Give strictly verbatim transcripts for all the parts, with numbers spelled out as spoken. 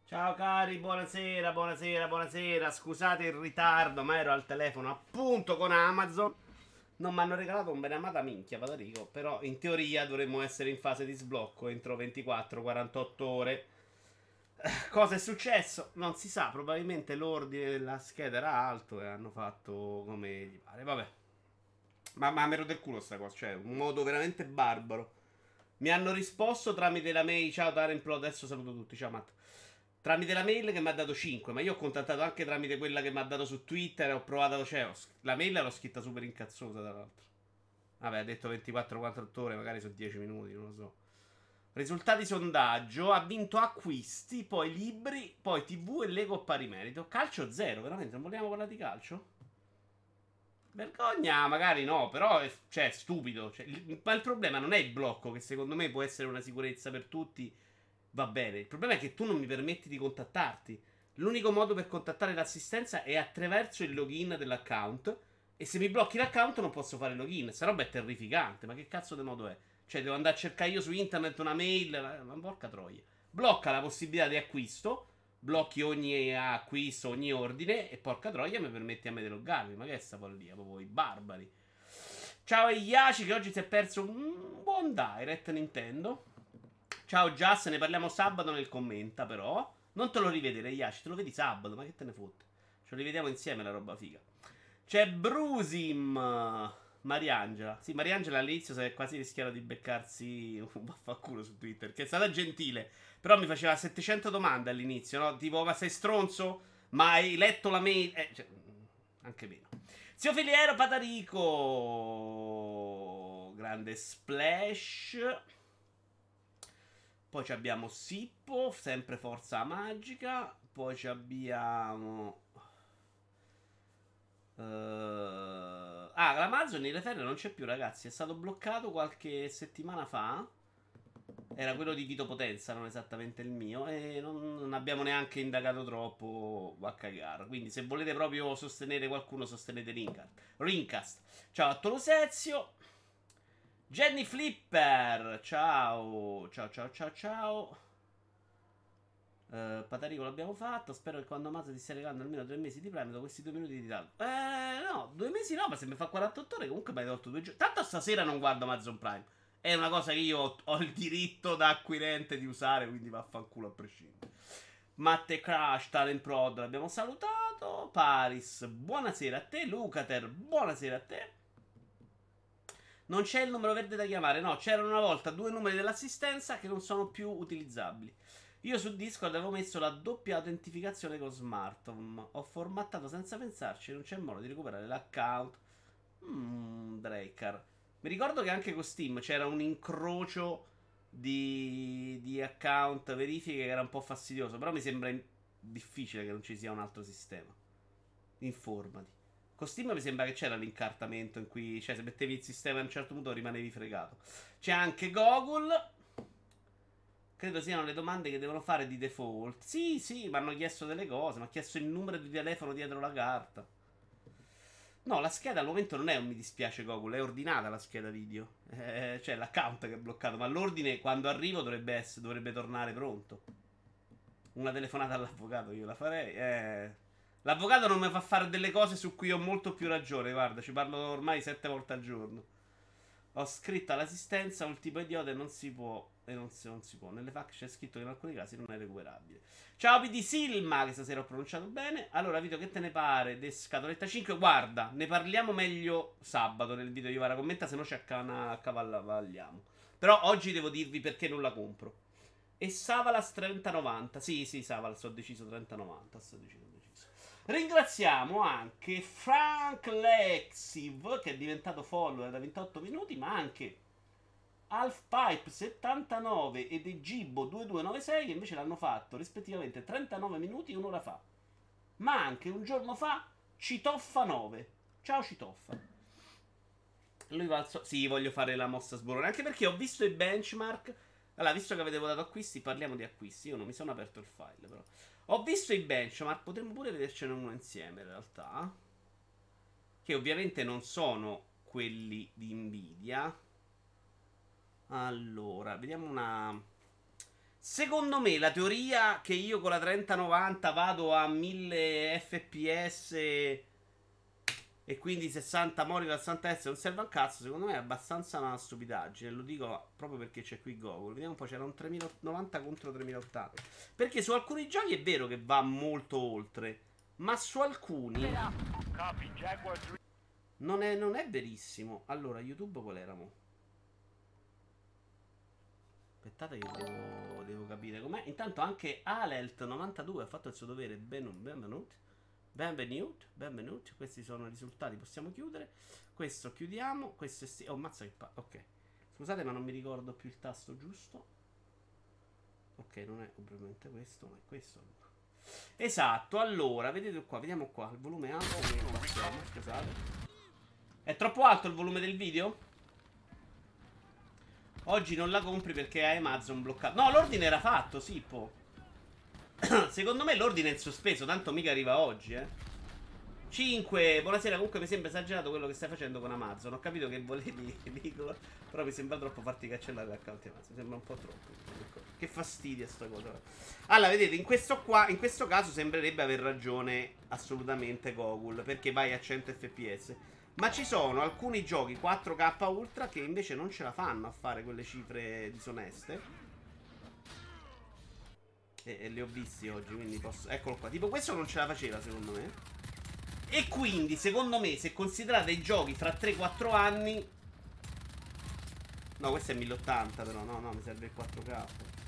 Ciao cari, buonasera, buonasera, buonasera. Scusate il ritardo, ma ero al telefono appunto con Amazon. Non mi hanno regalato un beneamata minchia, Patarico. Però in teoria dovremmo essere in fase di sblocco entro ventiquattro quarantotto ore. Cosa è successo? Non si sa. Probabilmente l'ordine della scheda era alto e hanno fatto come gli pare. Vabbè. Ma, ma me lo del culo sta cosa. Cioè, un modo veramente barbaro. Mi hanno risposto tramite la mail. Ciao Darren Pro, adesso saluto tutti. Ciao Matt. Tramite la mail che mi ha dato cinque, ma io ho contattato anche tramite quella che mi ha dato su Twitter e ho provato, cioè, ho sc- la mail l'ho scritta super incazzosa tra l'altro. Vabbè, ha detto ventiquattro quarantotto ore, magari sono dieci minuti, non lo so. Risultati sondaggio, ha vinto acquisti, poi libri, poi T V e Lego a pari merito. Calcio zero, veramente, non vogliamo parlare di calcio? Vergogna, magari no, però è, cioè, è stupido. Cioè, il- ma il problema non è il blocco, che secondo me può essere una sicurezza per tutti. Va bene. Il problema è che tu non mi permetti di contattarti. L'unico modo per contattare l'assistenza è attraverso il login dell'account. E se mi blocchi l'account non posso fare il login. Sta roba è terrificante. Ma che cazzo di modo è? Cioè, devo andare a cercare io su internet una mail. Ma, ma porca troia. Blocca la possibilità di acquisto. Blocchi ogni acquisto, ogni ordine. E porca troia mi permetti a me di loggarmi. Ma che è sta follia? Proprio i barbari. Ciao Iaci che oggi si è perso un buon direct Nintendo. Ciao Jazz, ne parliamo sabato nel commenta però. Non te lo rivedere Iaci, te lo vedi sabato, ma che te ne fotte? Ce lo rivediamo insieme la roba figa. C'è Brusim. Mariangela. Sì, Mariangela all'inizio si è quasi rischiato di beccarsi un vaffanculo su Twitter, che è stata gentile. Però mi faceva settecento domande all'inizio, no? Tipo, ma sei stronzo? Ma hai letto la mail? Eh, cioè, anche meno. Zio Filiero Patarico. Grande splash. Poi ci abbiamo Sippo, sempre forza magica. Poi ci abbiamo. Uh... Ah, l'Amazon in referto non c'è più, ragazzi. È stato bloccato qualche settimana fa. Era quello di Vito Potenza, non esattamente il mio. E non, non abbiamo neanche indagato troppo. Va a cagare. Quindi, se volete proprio sostenere qualcuno, sostenete Rincast. Rincast. Ciao a Tolosezio. Jenny Flipper. Ciao. Ciao, ciao, ciao, ciao. Uh, Patarico l'abbiamo fatto. Spero che quando Amazon ti stia regalando almeno tre mesi di Prime, da questi due minuti di ritardo. Eh, no, due mesi no, ma se mi fa quarantotto ore, comunque mi hai tolto due giorni. Tanto stasera non guardo Amazon Prime. È una cosa che io ho, ho il diritto da acquirente di usare, quindi vaffanculo a prescindere. Matte Crash, Talent Prod, l'abbiamo salutato. Paris, buonasera a te. Lucater, buonasera a te. Non c'è il numero verde da chiamare, no, c'erano una volta due numeri dell'assistenza che non sono più utilizzabili. Io su Discord avevo messo la doppia autentificazione con smartphone. Ho formattato senza pensarci, non c'è modo di recuperare l'account. Mmm, Draker. Mi ricordo che anche con Steam c'era un incrocio di, di account verifiche che era un po' fastidioso. Però mi sembra in- difficile che non ci sia un altro sistema. Informati. Con Steam mi sembra che c'era l'incartamento in cui, cioè, se mettevi il sistema a un certo punto rimanevi fregato. C'è anche Google. Credo siano le domande che devono fare di default. Sì, sì, mi hanno chiesto delle cose. Mi ha chiesto il numero di telefono dietro la carta. No, la scheda al momento non è un mi dispiace Google, è ordinata la scheda video. Eh, cioè l'account che è bloccato, ma l'ordine quando arrivo dovrebbe, essere, dovrebbe tornare pronto. Una telefonata all'avvocato io la farei. Eh. L'avvocato non mi fa fare delle cose su cui ho molto più ragione, guarda, ci parlo ormai sette volte al giorno. Ho scritto all'assistenza un tipo idiota e non si può. E non si, non si può. Nelle fac c'è scritto che in alcuni casi non è recuperabile. Ciao P D Silma, che stasera ho pronunciato bene. Allora, Vito, che te ne pare? De Scatoletta cinque. Guarda, ne parliamo meglio sabato nel video di Vara Commenta, se no ci accavallaiamo. Però oggi devo dirvi perché non la compro. E Savalas trenta novanta. Sì, sì, Savalas, ho deciso trenta novanta. Sto deciso, ho deciso. Ringraziamo anche Frank Lexiv, che è diventato follower da ventotto minuti, ma anche Halfpipe settantanove ed Egibbo duemiladuecentonovantasei, che invece l'hanno fatto rispettivamente trentanove minuti e un'ora fa. Ma anche un giorno fa Citoffa nove. Ciao Citoffa. Lui va al so- Sì, voglio fare la mossa sborone. Anche perché ho visto i benchmark. Allora, visto che avete votato acquisti, parliamo di acquisti. Io non mi sono aperto il file, però. Ho visto i benchmark. Potremmo pure vedercene uno insieme, in realtà. Che ovviamente non sono quelli di Nvidia. Allora, vediamo una. Secondo me la teoria che io con la trenta novanta vado a mille fps e quindi sessanta monitor a sessanta hertz non serve a un cazzo, secondo me è abbastanza una stupidaggine. Lo dico proprio perché c'è qui Google. Vediamo un po', c'era un tremila novanta contro tremila ottanta. Perché su alcuni giochi è vero che va molto oltre, ma su alcuni non è, non è verissimo. Allora, YouTube qual eramo? Aspettate che devo, devo capire com'è. Intanto anche Alelt novantadue ha fatto il suo dovere. Ben- benvenuti. Benvenuti. Benvenuti. Questi sono i risultati. Possiamo chiudere. Questo chiudiamo. Questo è... Sti- oh, mazza che pa... Ok. Scusate ma non mi ricordo più il tasto giusto. Ok, non è ovviamente questo, ma è questo. Esatto, allora, vedete qua, vediamo qua. Il volume è alto. Passiamo, scusate. È troppo alto il volume del video? Oggi non la compri perché hai Amazon bloccato. No, l'ordine era fatto, Sippo. Secondo me l'ordine è in sospeso, tanto mica arriva oggi, eh. cinque. Buonasera, comunque mi sembra esagerato quello che stai facendo con Amazon. Ho capito che volevi, Nicola, però mi sembra troppo farti cancellare l'account di Amazon. Mi sembra un po' troppo. Che fastidio sta cosa. Allora, vedete, in questo qua, in questo caso sembrerebbe aver ragione assolutamente Google, perché vai a cento fps. Ma ci sono alcuni giochi quattro K Ultra che invece non ce la fanno a fare quelle cifre disoneste. E, e li ho visti oggi, quindi posso... Eccolo qua. Tipo questo non ce la faceva, secondo me. E quindi, secondo me, se considerate i giochi fra tre quattro anni... No, questo è mille ottanta però. No, no, mi serve il quattro K.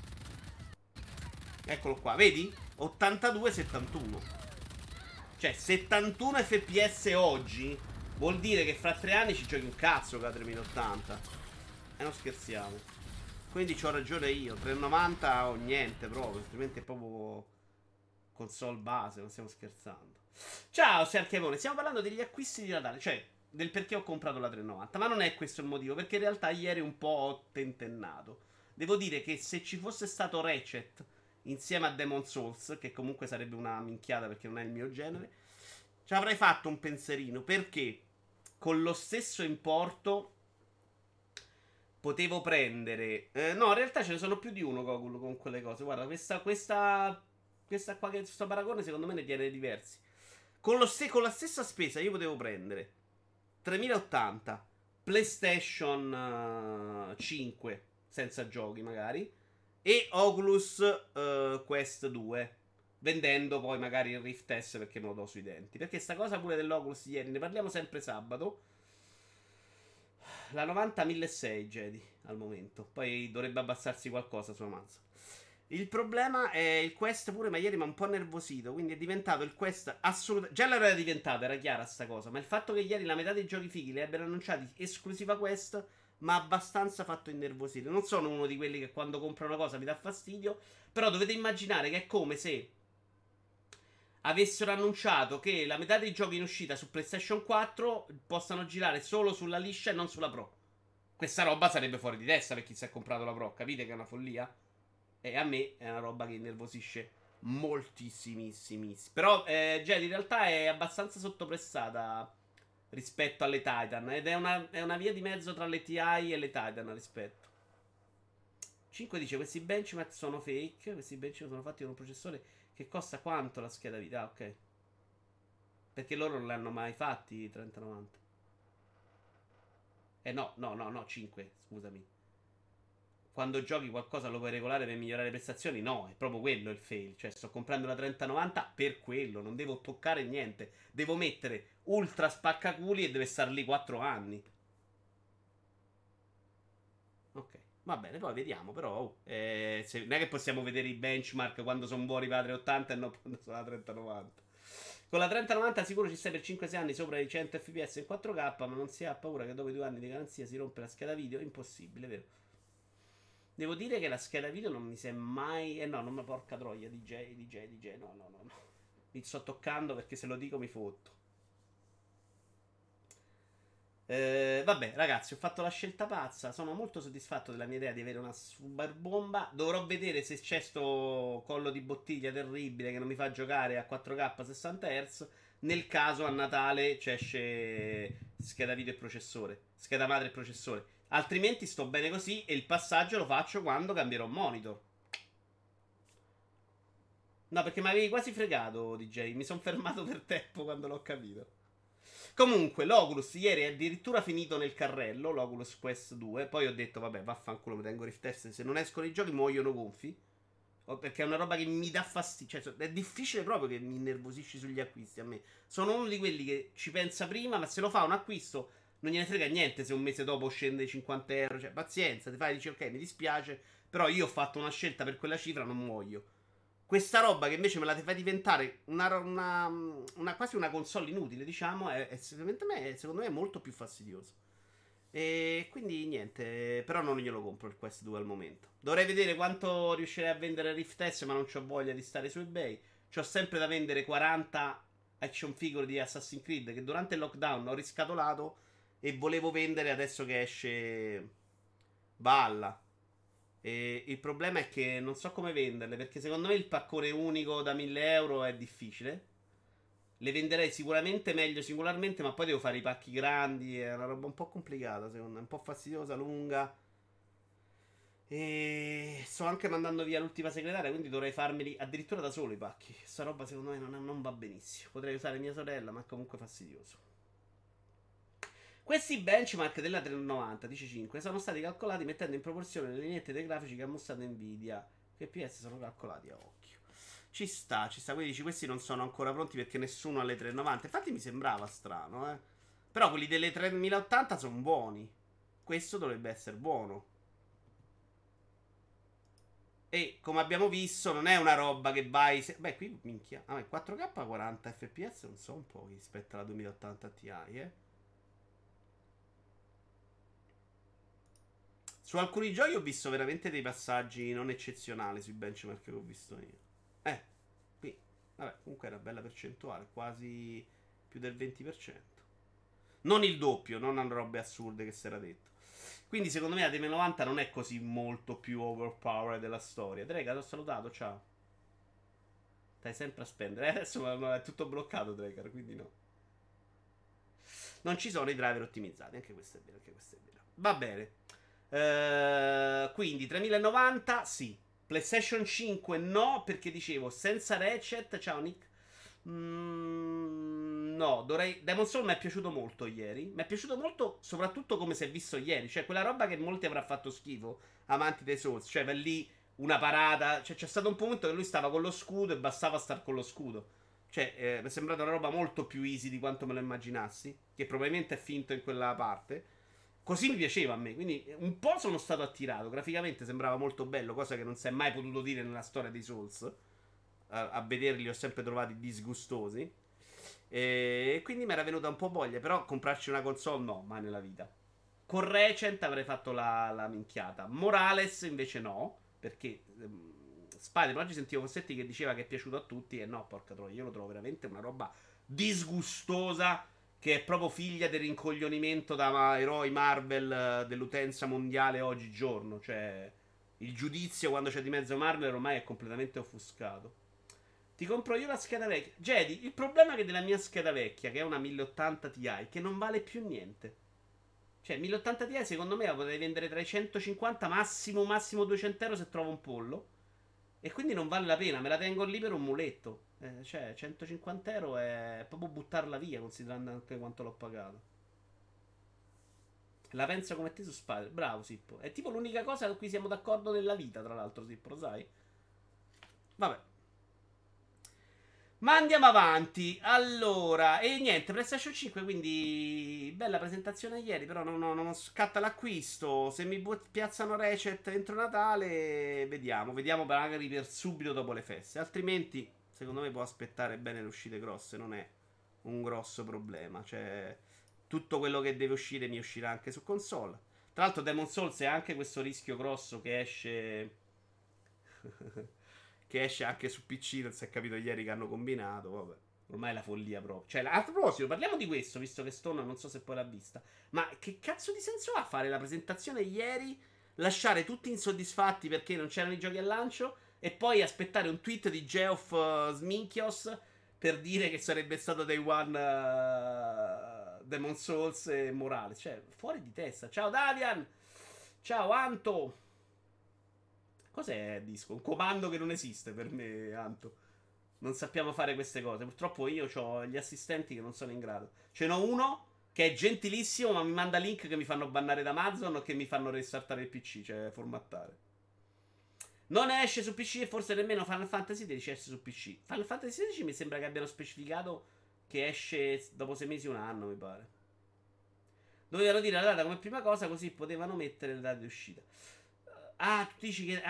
Eccolo qua, vedi? ottantadue settantuno. Cioè, settantuno fps oggi vuol dire che fra tre anni ci giochi un cazzo con la tremila ottanta. E non scherziamo. Quindi c'ho ragione io. trecentonovanta o niente proprio. Altrimenti è proprio console base. Non stiamo scherzando. Ciao, sei Archiavone. Stiamo parlando degli acquisti di Natale. Cioè, del perché ho comprato la trecentonovanta. Ma non è questo il motivo. Perché in realtà ieri un po' ho tentennato. Devo dire che se ci fosse stato Ratchet insieme a Demon Souls, che comunque sarebbe una minchiata perché non è il mio genere, ci avrei fatto un pensierino. Perché con lo stesso importo potevo prendere... Eh, no, in realtà ce ne sono più di uno Gogol con quelle cose. Guarda, questa, questa, questa qua che sto paragone secondo me ne tiene diversi. Con, lo ste- con la stessa spesa io potevo prendere tremila ottanta, PlayStation eh, cinque, senza giochi magari, e Oculus eh, Quest due. Vendendo poi magari il Rift S perché me lo do sui denti. Perché sta cosa pure dell'Oculus ieri, ne parliamo sempre sabato. La novanta milleseicento Jedi al momento. Poi dovrebbe abbassarsi qualcosa sulla mazza. Il problema è il Quest pure, ma ieri mi ha un po' nervosito. Quindi è diventato il Quest assolutamente. Già l'era diventato, era chiara sta cosa. Ma il fatto che ieri la metà dei giochi fighi li abbiano annunciati esclusiva Quest mi ha abbastanza fatto innervosire. Non sono uno di quelli che quando compra una cosa mi dà fastidio. Però dovete immaginare che è come se avessero annunciato che la metà dei giochi in uscita su PlayStation quattro possano girare solo sulla liscia e non sulla Pro. Questa roba sarebbe fuori di testa per chi si è comprato la Pro. Capite che è una follia? E a me è una roba che innervosisce moltissimissimissimo. Però, eh, Jedi in realtà è abbastanza sottopressata rispetto alle Titan. Ed è una, è una via di mezzo tra le T I e le Titan rispetto. cinque dice questi benchmark sono fake. Questi benchmark sono fatti con un processore che costa quanto la scheda video? Ah, ok. Perché loro non l'hanno mai fatti i trenta novanta. Eh no, no, no, no, cinque, scusami. Quando giochi qualcosa lo puoi regolare per migliorare le prestazioni? No, è proprio quello il fail. Cioè, sto comprando la trenta novanta per quello, non devo toccare niente. Devo mettere ultra spaccaculi e deve star lì quattro anni. Ok, va bene, poi vediamo. Però, oh, eh, se- non è che possiamo vedere i benchmark quando sono buoni per la trecentottanta e non quando sono la trenta novanta. Con la trenta novanta sicuro ci stai per cinque sei anni sopra i cento fps in quattro K, ma non si ha paura che dopo i due anni di garanzia si rompe la scheda video? Impossibile, vero? Devo dire che la scheda video non mi si è mai... Eh no, non mi porca troia, D J, D J, D J, no, no, no, no. Mi sto toccando perché se lo dico mi fotto. Eh, vabbè, ragazzi, ho fatto la scelta pazza. Sono molto soddisfatto della mia idea di avere una super bomba. Dovrò vedere se c'è sto collo di bottiglia terribile che non mi fa giocare a quattro K sessanta hertz. Nel caso a Natale ci esce scheda video e processore, scheda madre e processore. Altrimenti sto bene così e il passaggio lo faccio quando cambierò monitor. No, perché mi avevi quasi fregato, D J. Mi sono fermato per tempo quando l'ho capito. Comunque, l'Oculus ieri è addirittura finito nel carrello, l'Oculus Quest due. Poi ho detto, vabbè, vaffanculo, mi tengo Rift S. Se non escono i giochi muoiono gonfi. O perché è una roba che mi dà fastidio. Cioè, è difficile proprio che mi innervosisci sugli acquisti a me. Sono uno di quelli che ci pensa prima, ma se lo fa un acquisto non gliene frega niente se un mese dopo scende cinquanta euro. Cioè, pazienza, ti fai e dici, ok, mi dispiace, però io ho fatto una scelta per quella cifra, non muoio. Questa roba che invece me la fa diventare una, una, una- quasi una console inutile, diciamo, è, è secondo, me, secondo me è molto più fastidioso. E quindi niente, però non glielo compro il Quest due al momento. Dovrei vedere quanto riuscirei a vendere Rift S, ma non ho voglia di stare su eBay. C'ho sempre da vendere quaranta action figure di Assassin's Creed che durante il lockdown ho riscatolato e volevo vendere adesso che esce Balla. E il problema è che non so come venderle perché secondo me il paccone unico da mille euro è difficile. Le venderei sicuramente meglio singolarmente, ma poi devo fare i pacchi grandi. È una roba un po' complicata, secondo me, un po' fastidiosa, lunga. E sto anche mandando via l'ultima segretaria, quindi dovrei farmeli addirittura da solo i pacchi. Questa roba secondo me non, non va benissimo. Potrei usare mia sorella, ma è comunque fastidioso. Questi benchmark della trecentonovanta, dice cinque, sono stati calcolati mettendo in proporzione le lineette dei grafici che ha mostrato Nvidia. Che P S sono calcolati a occhio. Ci sta, ci sta. Quindi dici, questi non sono ancora pronti perché nessuno ha le trecentonovanta. Infatti mi sembrava strano, eh. Però quelli delle tremila ottanta sono buoni. Questo dovrebbe essere buono. E come abbiamo visto, non è una roba che vai. Se... Beh, qui minchia. Ah, quattro K quaranta F P S non so un po' rispetto alla duemila ottanta Ti, eh. Su alcuni giochi ho visto veramente dei passaggi non eccezionali sui benchmark che ho visto io. Eh, qui, vabbè, comunque era bella percentuale, quasi più del venti per cento. Non il doppio, non a robe assurde che si era detto. Quindi secondo me la D M novanta non è così molto più overpowered della storia. Drega, ti ho salutato, ciao. Stai sempre a spendere. Eh, adesso è tutto bloccato, Draker, quindi no. Non ci sono i driver ottimizzati, anche questo è vero, anche questo è vero. Va bene. Eh, quindi tremilanovanta sì. PlayStation cinque no, perché dicevo senza Ratchet. Ciao Nick. Mm, no, dovrei. Demon Soul mi è piaciuto molto ieri. Mi è piaciuto molto, soprattutto come si è visto ieri. Cioè, quella roba che molti avrà fatto schifo. Amanti dei Souls. Cioè, per lì una parata. Cioè, c'è stato un momento che lui stava con lo scudo e bastava star con lo scudo. Cioè, eh, mi è sembrata una roba molto più easy di quanto me lo immaginassi. Che probabilmente è finto in quella parte. Così mi piaceva a me, quindi un po' sono stato attirato. Graficamente sembrava molto bello, cosa che non si è mai potuto dire nella storia dei Souls. A, a vederli li ho sempre trovati disgustosi. E quindi mi era venuta un po' voglia, però comprarci una console no, mai nella vita. Con Recent avrei fatto la, la minchiata. Morales invece no, perché ehm, Spider-Man oggi sentivo Cossetti che diceva che è piaciuto a tutti e no, porca troia, io lo trovo veramente una roba disgustosa che è proprio figlia del rincoglionimento da eroi Marvel eh, dell'utenza mondiale oggigiorno. Cioè, il giudizio quando c'è di mezzo Marvel ormai è completamente offuscato. Ti compro io la scheda vecchia. Jedi, il problema è che della mia scheda vecchia, che è una mille ottanta Ti, che non vale più niente. Cioè, mille ottanta Ti secondo me la potrei vendere tra i centocinquanta, massimo, massimo duecento euro se trovo un pollo. E quindi non vale la pena, me la tengo lì per un muletto. Eh, cioè, centocinquanta euro è proprio buttarla via, considerando anche quanto l'ho pagato. La penso come te su Spider. Bravo, Sippo. È tipo l'unica cosa su cui siamo d'accordo nella vita, tra l'altro, Sippo, lo sai? Vabbè. Ma andiamo avanti. Allora, e niente, PlayStation cinque, quindi bella presentazione ieri, però non, non- non scatta l'acquisto. Se mi bu- piazzano Recet entro Natale, vediamo, vediamo magari per subito dopo le feste. Altrimenti, secondo me può aspettare bene le uscite grosse, non è un grosso problema. Cioè, tutto quello che deve uscire mi uscirà anche su console. Tra l'altro, Demon Souls è anche questo rischio grosso che esce che esce anche su P C, non si è capito ieri che hanno combinato, vabbè. Ormai è la follia proprio. Cioè, a proposito, parliamo di questo, visto che Stone non so se poi l'ha vista. Ma che cazzo di senso ha fare la presentazione ieri, lasciare tutti insoddisfatti perché non c'erano i giochi al lancio e poi aspettare un tweet di Geoff uh, Sminchios per dire che sarebbe stato Day One uh, Demon Souls e Morale. Cioè, fuori di testa. Ciao Davian! Ciao Anto! Cos'è disco? Un comando che non esiste per me, Anto. Non sappiamo fare queste cose. Purtroppo io ho gli assistenti che non sono in grado. Ce n'ho uno che è gentilissimo, ma mi manda link che mi fanno bannare da Amazon o che mi fanno restartare il P C, cioè formattare. Non esce su P C e forse nemmeno Final Fantasy dieci esce su P C. Final Fantasy sedici mi sembra che abbiano specificato che esce dopo sei mesi, un anno, mi pare. Dovevano dire la data come prima cosa, così potevano mettere le date di uscita. Ah, tu dici che.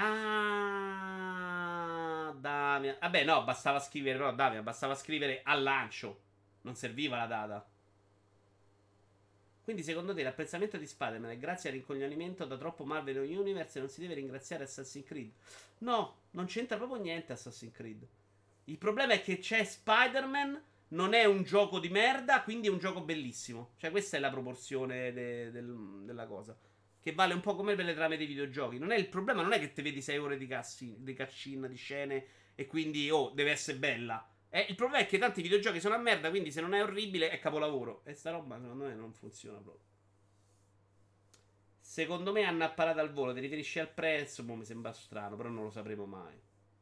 Ah, Damian. Vabbè, no, bastava scrivere. No, Damian, bastava scrivere al lancio. Non serviva la data. Quindi, secondo te, l'apprezzamento di Spider-Man è grazie all'incoglionimento da troppo Marvel Universe e non si deve ringraziare Assassin's Creed? No, non c'entra proprio niente Assassin's Creed. Il problema è che c'è Spider-Man. Non è un gioco di merda, quindi è un gioco bellissimo. Cioè, questa è la proporzione de- del- della cosa. Che vale un po' come per le trame dei videogiochi. Non è il problema, non è che te vedi sei ore di, cassi, di cutscene, di scene, e quindi, oh, deve essere bella. Eh, il problema è che tanti videogiochi sono a merda, quindi se non è orribile è capolavoro. E sta roba, secondo me, non funziona proprio. Secondo me hanno apparato al volo, ti riferisci al prezzo? Boh, mi sembra strano, però non lo sapremo mai.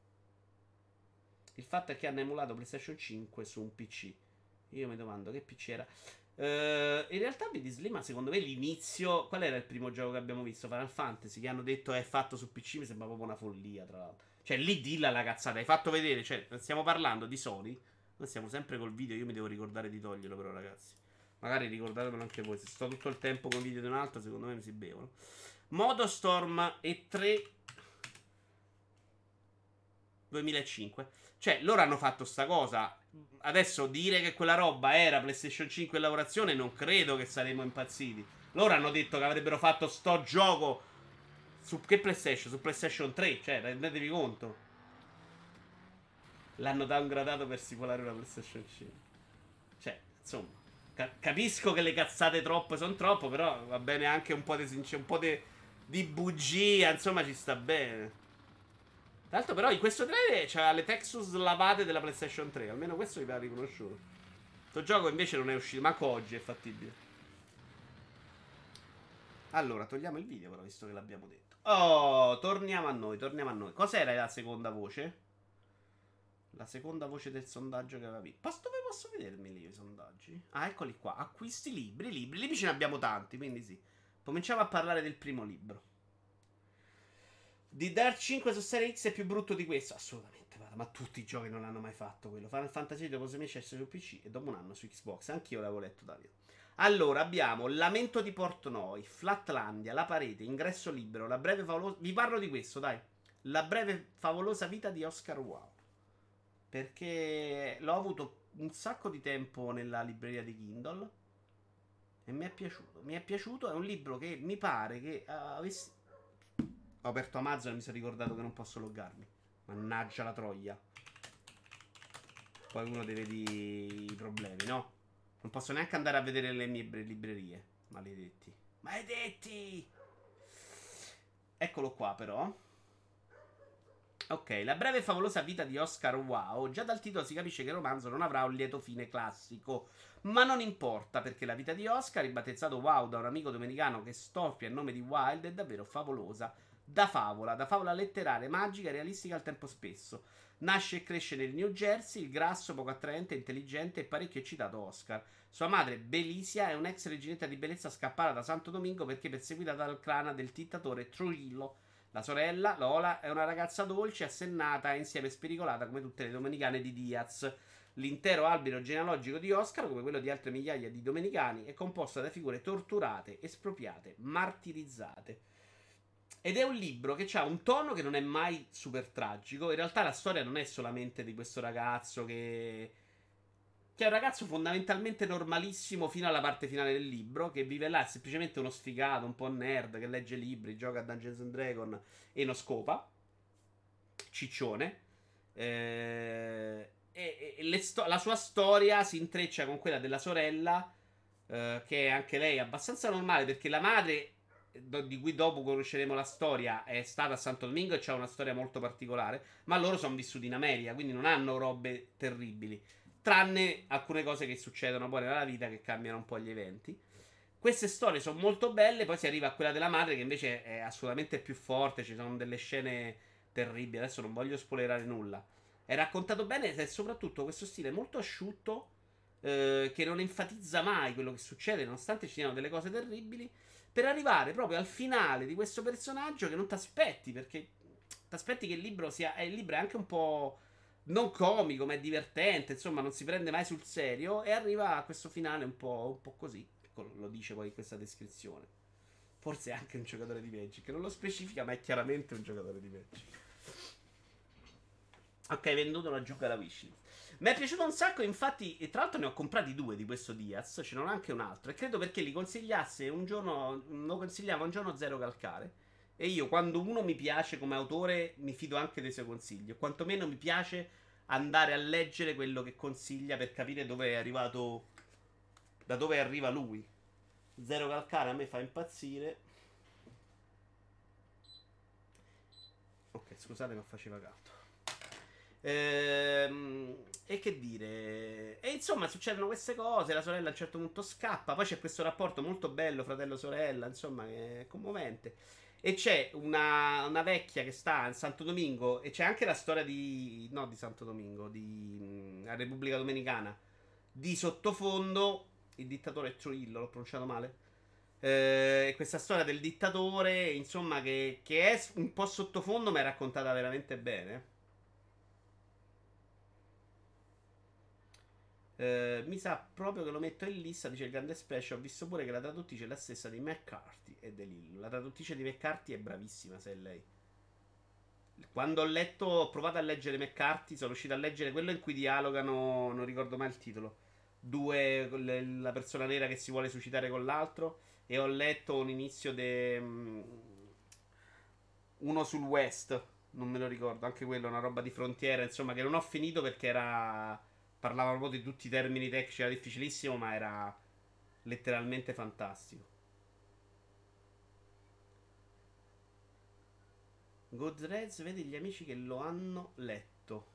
Il fatto è che hanno emulato PlayStation cinque su un P C. Io mi domando che P C era. Uh, in realtà vedi Slima, secondo me l'inizio. Qual era il primo gioco che abbiamo visto? Final Fantasy, che hanno detto è fatto su P C. Mi sembra proprio una follia, tra l'altro. Cioè, lì dilla la cazzata. Hai fatto vedere. Cioè, stiamo parlando di Sony. Noi stiamo sempre col video. Io mi devo ricordare di toglierlo, però, ragazzi. Magari ricordatevelo anche voi. Se sto tutto il tempo con video di un altro, secondo me mi si bevono. Motostorm E tre duemilacinque. Cioè, loro hanno fatto sta cosa. Adesso dire che quella roba era PlayStation cinque in lavorazione, non credo che saremmo impazziti. Loro hanno detto che avrebbero fatto sto gioco su che PlayStation? Su PlayStation tre, cioè, rendetevi conto. L'hanno downgradato per simulare una PlayStation cinque. Cioè, insomma, ca- capisco che le cazzate troppe sono troppo, però va bene anche un po' di sincer- un po' di, di bugia, insomma, ci sta bene. Tra l'altro, però, in questo trailer c'ha le Texas lavate della PlayStation tre. Almeno questo mi pare riconosciuto. Questo gioco invece non è uscito, manco oggi è fattibile. Allora, togliamo il video, però, visto che l'abbiamo detto. Oh, torniamo a noi, torniamo a noi. Cos'era la seconda voce? La seconda voce del sondaggio che aveva vinto. Posso, dove posso vedermi lì i sondaggi? Ah, eccoli qua. Acquisti libri, libri. Libri ce ne abbiamo tanti, quindi sì. Cominciamo a parlare del primo libro. Di Dark cinque su Serie X è più brutto di questo? Assolutamente, guarda, ma tutti i giochi non hanno mai fatto quello. Final Fantasy dopo sei mesi esce su P C e dopo un anno su Xbox. Anch'io l'avevo letto, Davide. Allora, abbiamo Lamento di Portnoy, Flatlandia, La Parete, Ingresso Libero, La Breve Favolosa. Vi parlo di questo, dai. La Breve Favolosa Vita di Oscar Wilde. Perché l'ho avuto un sacco di tempo nella libreria di Kindle e mi è piaciuto. Mi è piaciuto, è un libro che mi pare che uh, avessi. Ho aperto Amazon e mi sono ricordato che non posso loggarmi. Mannaggia la troia. Poi uno deve di i problemi, no? Non posso neanche andare a vedere le mie librerie. Maledetti. Maledetti! Eccolo qua, però. Ok, la breve e favolosa vita di Oscar Wilde. Già dal titolo si capisce che il romanzo non avrà un lieto fine classico. Ma non importa, perché la vita di Oscar, ribattezzato Wilde da un amico domenicano che storpia il nome di Wilde, è davvero favolosa. Da favola, da favola letteraria, magica e realistica al tempo stesso. Nasce e cresce nel New Jersey, il grasso, poco attraente, intelligente e parecchio eccitato Oscar. Sua madre, Belicia, è un'ex reginetta di bellezza scappata da Santo Domingo perché perseguita dal clan del dittatore Trujillo. La sorella, Lola, è una ragazza dolce, assennata e insieme spericolata come tutte le domenicane di Diaz. L'intero albero genealogico di Oscar, come quello di altre migliaia di domenicani, è composto da figure torturate, espropriate, martirizzate. Ed è un libro che ha un tono che non è mai super tragico. In realtà la storia non è solamente di questo ragazzo che... che è un ragazzo fondamentalmente normalissimo fino alla parte finale del libro, che vive là, è semplicemente uno sfigato, un po' nerd, che legge libri, gioca a Dungeons and Dragons e non scopa. Ciccione. Eh, e, e sto- la sua storia si intreccia con quella della sorella, eh, che è anche lei abbastanza normale, perché la madre, do- di cui dopo conosceremo la storia, è stata a Santo Domingo e c'ha una storia molto particolare, ma loro sono vissuti in America, quindi non hanno robe terribili, tranne alcune cose che succedono poi nella vita che cambiano un po' gli eventi. Queste storie sono molto belle, poi si arriva a quella della madre che invece è assolutamente più forte, ci sono delle scene terribili, adesso non voglio spoilerare nulla. È raccontato bene e soprattutto questo stile molto asciutto, eh, che non enfatizza mai quello che succede, nonostante ci siano delle cose terribili, per arrivare proprio al finale di questo personaggio che non ti aspetti, perché ti aspetti che il libro sia. eh, Il libro è anche un po' non comico, ma è divertente, insomma, non si prende mai sul serio. E arriva a questo finale un po', un po' così. Ecco, lo dice poi in questa descrizione. Forse è anche un giocatore di Magic, che non lo specifica, ma è chiaramente un giocatore di Magic. Ok, venduto una gioca alla wishlist. Mi è piaciuto un sacco, infatti, e tra l'altro ne ho comprati due di questo Diaz, ce n'è anche un altro, e credo perché li consigliasse un giorno, lo consigliava un giorno Zero Calcare, e io quando uno mi piace come autore mi fido anche dei suoi consigli, o quantomeno mi piace andare a leggere quello che consiglia per capire dove è arrivato, da dove arriva lui. Zero Calcare a me fa impazzire. Ok, scusate ma faceva caldo. Ehm, e che dire? E insomma, succedono queste cose. La sorella a un certo punto scappa. Poi c'è questo rapporto molto bello, fratello-sorella. Insomma, che è commovente. E c'è una, una vecchia che sta in Santo Domingo. E c'è anche la storia di. No, di Santo Domingo, di mh, la Repubblica Dominicana. Di sottofondo. Il dittatore Trujillo, l'ho pronunciato male. Eh, questa storia del dittatore, insomma, che, che è un po' sottofondo, ma è raccontata veramente bene. Eh, mi sa proprio che lo metto in lista, dice il grande special. Ho visto pure che la traduttrice è la stessa di McCarthy e De Lillo. La traduttrice di McCarthy è bravissima, se è lei. Quando ho letto, ho provato a leggere McCarthy, sono riuscito a leggere quello in cui dialogano, non ricordo mai il titolo. Due, le- la persona nera che si vuole suicidare con l'altro. E ho letto un inizio de. mm, Uno sul West, non me lo ricordo, anche quello, una roba di frontiera, insomma, che non ho finito perché era. Parlava proprio di tutti i termini tecnici, era difficilissimo, ma era letteralmente fantastico. Goodreads vede gli amici che lo hanno letto.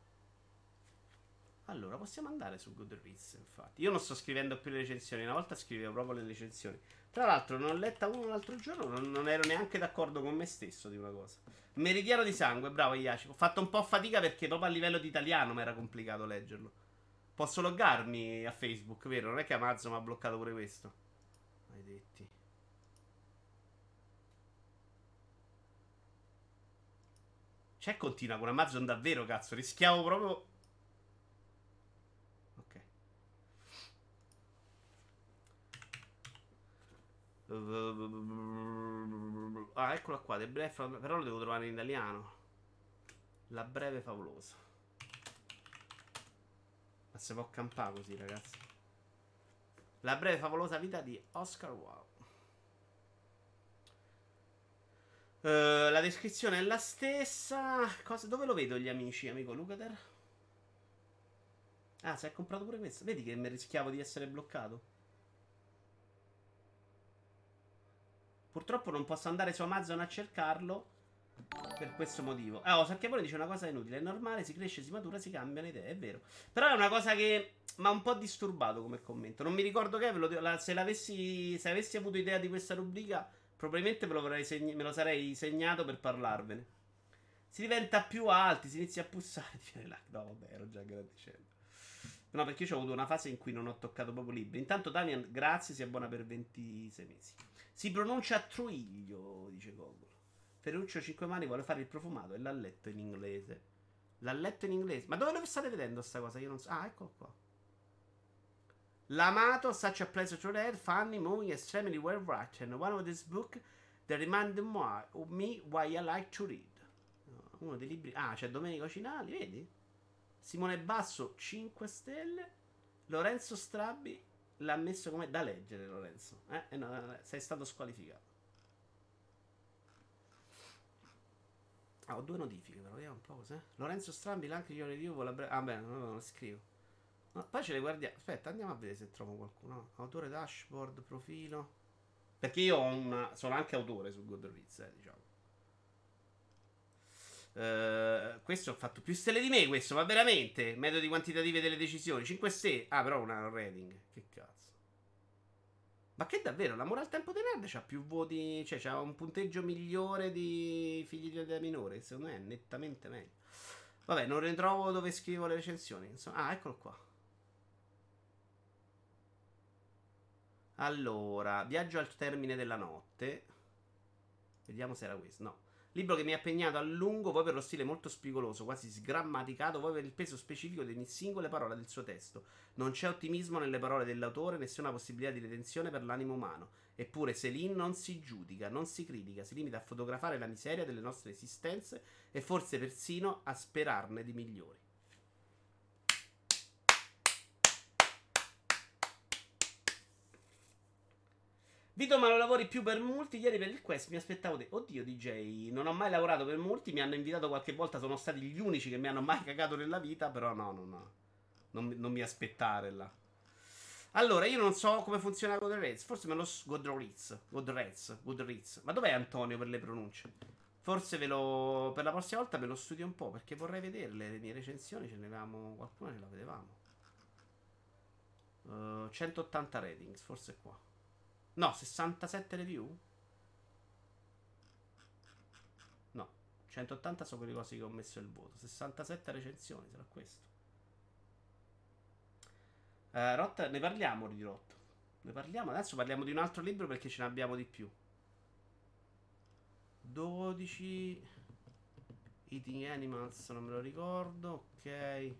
Allora, possiamo andare su Goodreads, infatti. Io non sto scrivendo più le recensioni, una volta scrivevo proprio le recensioni. Tra l'altro, ne ho letta uno l'altro giorno, non, non ero neanche d'accordo con me stesso di una cosa. Meridiano di sangue, bravo Iaci. Ho fatto un po' fatica perché proprio a livello di italiano mi era complicato leggerlo. Posso loggarmi a Facebook, vero? Non è che Amazon mi ha bloccato pure questo. Maledetti. C'è continua con Amazon davvero, cazzo. Rischiavo proprio. Ok. Ah, eccola qua. The Breve, però lo devo trovare in italiano. La breve favolosa. Ma si può campare così, ragazzi. La breve favolosa vita di Oscar Wilde. Uh, la descrizione è la stessa. Cosa, dove lo vedo gli amici, amico Lucater? Ah, si è comprato pure questo. Vedi che mi rischiavo di essere bloccato? Purtroppo non posso andare su Amazon a cercarlo per questo motivo. Ah, oh, Sacchiapone dice una cosa inutile. È normale, si cresce, si matura, si cambiano idee. È vero. Però è una cosa che mi ha un po' disturbato come commento. Non mi ricordo che ve lo, la, se, l'avessi, se avessi avuto idea di questa rubrica, probabilmente me lo, segni, me lo sarei segnato per parlarvene. Si diventa più alti, si inizia a pussare. No, vabbè, ero già grandicella. No, perché io ho avuto una fase in cui non ho toccato proprio libri. Intanto Damian, grazie, si abbona per ventisei mesi. Si pronuncia Truiglio, dice Gogol. Ferruccio Cinque Mani vuole fare il profumato e l'ha letto in inglese. L'ha letto in inglese. Ma dove lo state vedendo sta cosa? Io non so. Ah, eccolo qua. L'amato, such a pleasure to read, funny, moving, extremely well written. One of these books that remind me why I like to read. Uno dei libri. Ah, c'è Domenico Cinali, vedi? Simone Basso, cinque stelle. Lorenzo Strabbi l'ha messo come da leggere, Lorenzo. Eh? Eh no, sei stato squalificato. Ah, ho due notifiche, però vediamo un po' cos'è. Lorenzo Strambi, l'anche io review con la bre- Ah, beh, non lo scrivo. No, poi ce le guardiamo. Aspetta, andiamo a vedere se trovo qualcuno. Autore dashboard, profilo. Perché io ho una... sono anche autore su Goodreads, eh, diciamo. Uh, questo ha fatto più stelle di me, questo, ma veramente. Metodi quantitativi delle decisioni. cinque stelle. Ah, però una rating. Che cazzo. Ma che davvero? L'amore al tempo dei nerd c'ha più voti. Cioè, c'ha un punteggio migliore di Figli di Dea minore. Secondo me è nettamente meglio. Vabbè, non ritrovo dove scrivo le recensioni. Insomma, ah, eccolo qua. Allora, Viaggio al termine della notte. Vediamo se era questo. No. Libro che mi ha impegnato a lungo, poi per lo stile molto spigoloso, quasi sgrammaticato, poi per il peso specifico di ogni singola parola del suo testo. Non c'è ottimismo nelle parole dell'autore, nessuna possibilità di redenzione per l'animo umano. Eppure Céline non si giudica, non si critica, si limita a fotografare la miseria delle nostre esistenze e forse persino a sperarne di migliori. Vito, ma non lavori più per Multi? Ieri per il Quest mi aspettavo te. Oddio, D J, non ho mai lavorato per Multi. Mi hanno invitato qualche volta. Sono stati gli unici che mi hanno mai cagato nella vita. Però no, no, no. Non, mi- non mi aspettare là. Allora, io non so come funziona Goodreads. Forse me lo. Goodreads. Goodreads. Goodreads. Ma dov'è Antonio per le pronunce? Forse ve lo. Per la prossima volta me lo studio un po'. Perché vorrei vederle. Le mie recensioni ce ne avevamo. Qualcuna ce la vedevamo. Uh, centottanta ratings. Forse è qua. No, sessantasette review? No, centottanta sono quelle cose che ho messo il voto. sessantasette recensioni, sarà questo. Uh, Rot, ne parliamo di Rot. Ne parliamo, adesso parliamo di un altro libro perché ce ne abbiamo di più. dodici Eating Animals, non me lo ricordo. Ok.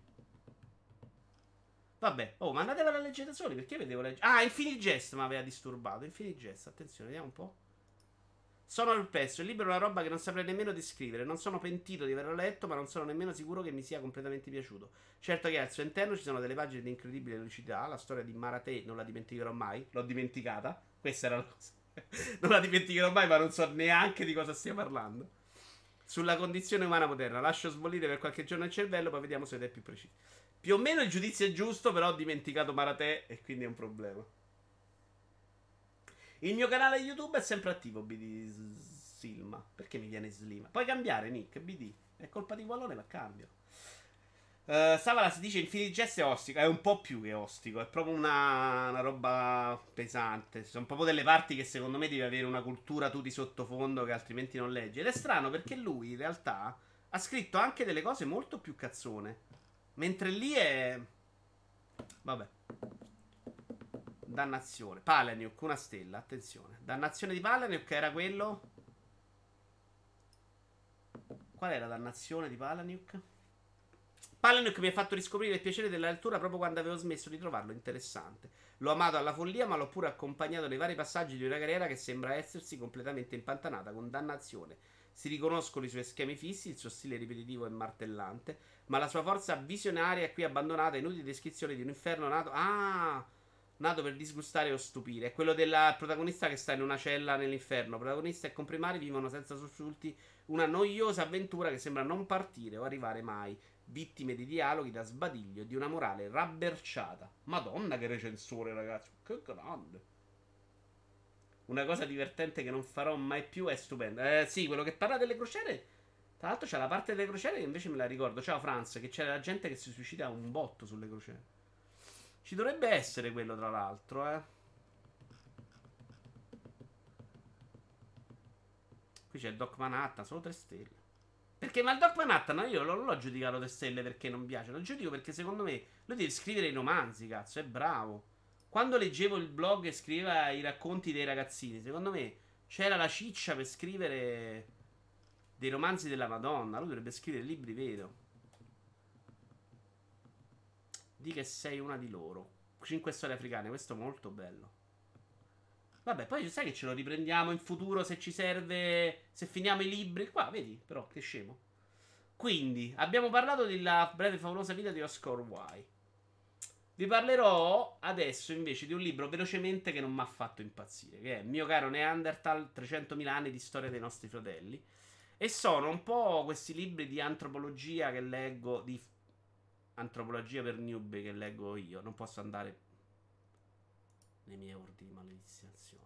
Vabbè, oh, ma andatevela a leggere da soli perché vedevo leggere. Ah, Infinite Jest mi aveva disturbato. Infinite Jest, attenzione, vediamo un po'. Sono al pezzo, il libro è una roba che non saprei nemmeno descrivere. Non sono pentito di averlo letto, ma non sono nemmeno sicuro che mi sia completamente piaciuto. Certo che al suo interno ci sono delle pagine di incredibile lucidità. La storia di Marate non la dimenticherò mai. L'ho dimenticata. Questa era la cosa. Non la dimenticherò mai, ma non so neanche di cosa stia parlando. Sulla condizione umana moderna. Lascio sbollire per qualche giorno il cervello, poi vediamo se è più preciso. Più o meno il giudizio è giusto, però ho dimenticato Marate e quindi è un problema. Il mio canale YouTube è sempre attivo, B D Silma. Perché mi viene Slima? Puoi cambiare, Nick, B D. È colpa di Wallone, ma cambio. Uh, Savala si dice Infinite Jest è ostico. È un po' più che ostico. È proprio una, una roba pesante. Ci sono proprio delle parti che secondo me devi avere una cultura tu di sottofondo che altrimenti non leggi. Ed è strano perché lui in realtà ha scritto anche delle cose molto più cazzone. Mentre lì è... Vabbè. Dannazione. Palaniuk, una stella, attenzione. Dannazione di Palaniuk era quello... Qual era Dannazione di Palaniuk? Palaniuk mi ha fatto riscoprire il piacere della lettura proprio quando avevo smesso di trovarlo interessante. L'ho amato alla follia, ma l'ho pure accompagnato nei vari passaggi di una carriera che sembra essersi completamente impantanata con Dannazione. Si riconoscono i suoi schemi fissi, il suo stile ripetitivo e martellante, ma la sua forza visionaria è qui abbandonata. Inutili descrizioni di un inferno nato... Ah! Nato per disgustare o stupire. È quello del protagonista che sta in una cella nell'inferno. Protagonista e comprimari vivono senza sussulti una noiosa avventura che sembra non partire o arrivare mai. Vittime di dialoghi da sbadiglio e di una morale rabberciata. Madonna che recensore, ragazzi. Che grande. Una cosa divertente che non farò mai più è stupenda. Eh sì, quello che parla delle crociere. Tra l'altro c'è la parte delle crociere che invece me la ricordo. Ciao Franz, che c'era la gente che si suicida un botto sulle crociere. Ci dovrebbe essere quello, tra l'altro, eh. Qui c'è il Doc Manhattan, solo tre stelle. Perché, ma il Doc Manhattan io non l'ho giudicato tre stelle perché non piace. Lo giudico perché secondo me lui deve scrivere i romanzi, cazzo, è bravo. Quando leggevo il blog e scriveva i racconti dei ragazzini, secondo me c'era la ciccia per scrivere dei romanzi della Madonna. Lui dovrebbe scrivere libri, vero? Di che sei una di loro. Cinque storie africane, questo è molto bello. Vabbè, poi sai che ce lo riprendiamo in futuro se ci serve. Se finiamo i libri. Qua, vedi, però, che scemo. Quindi, abbiamo parlato della breve e favolosa vita di Oscar Wilde. Vi parlerò adesso invece di un libro velocemente che non mi ha fatto impazzire, che è Mio caro Neanderthal, trecentomila anni di storia dei nostri fratelli. E sono un po' questi libri di antropologia che leggo, di antropologia per newbie che leggo io. Non posso andare nei miei ordini di maledizione.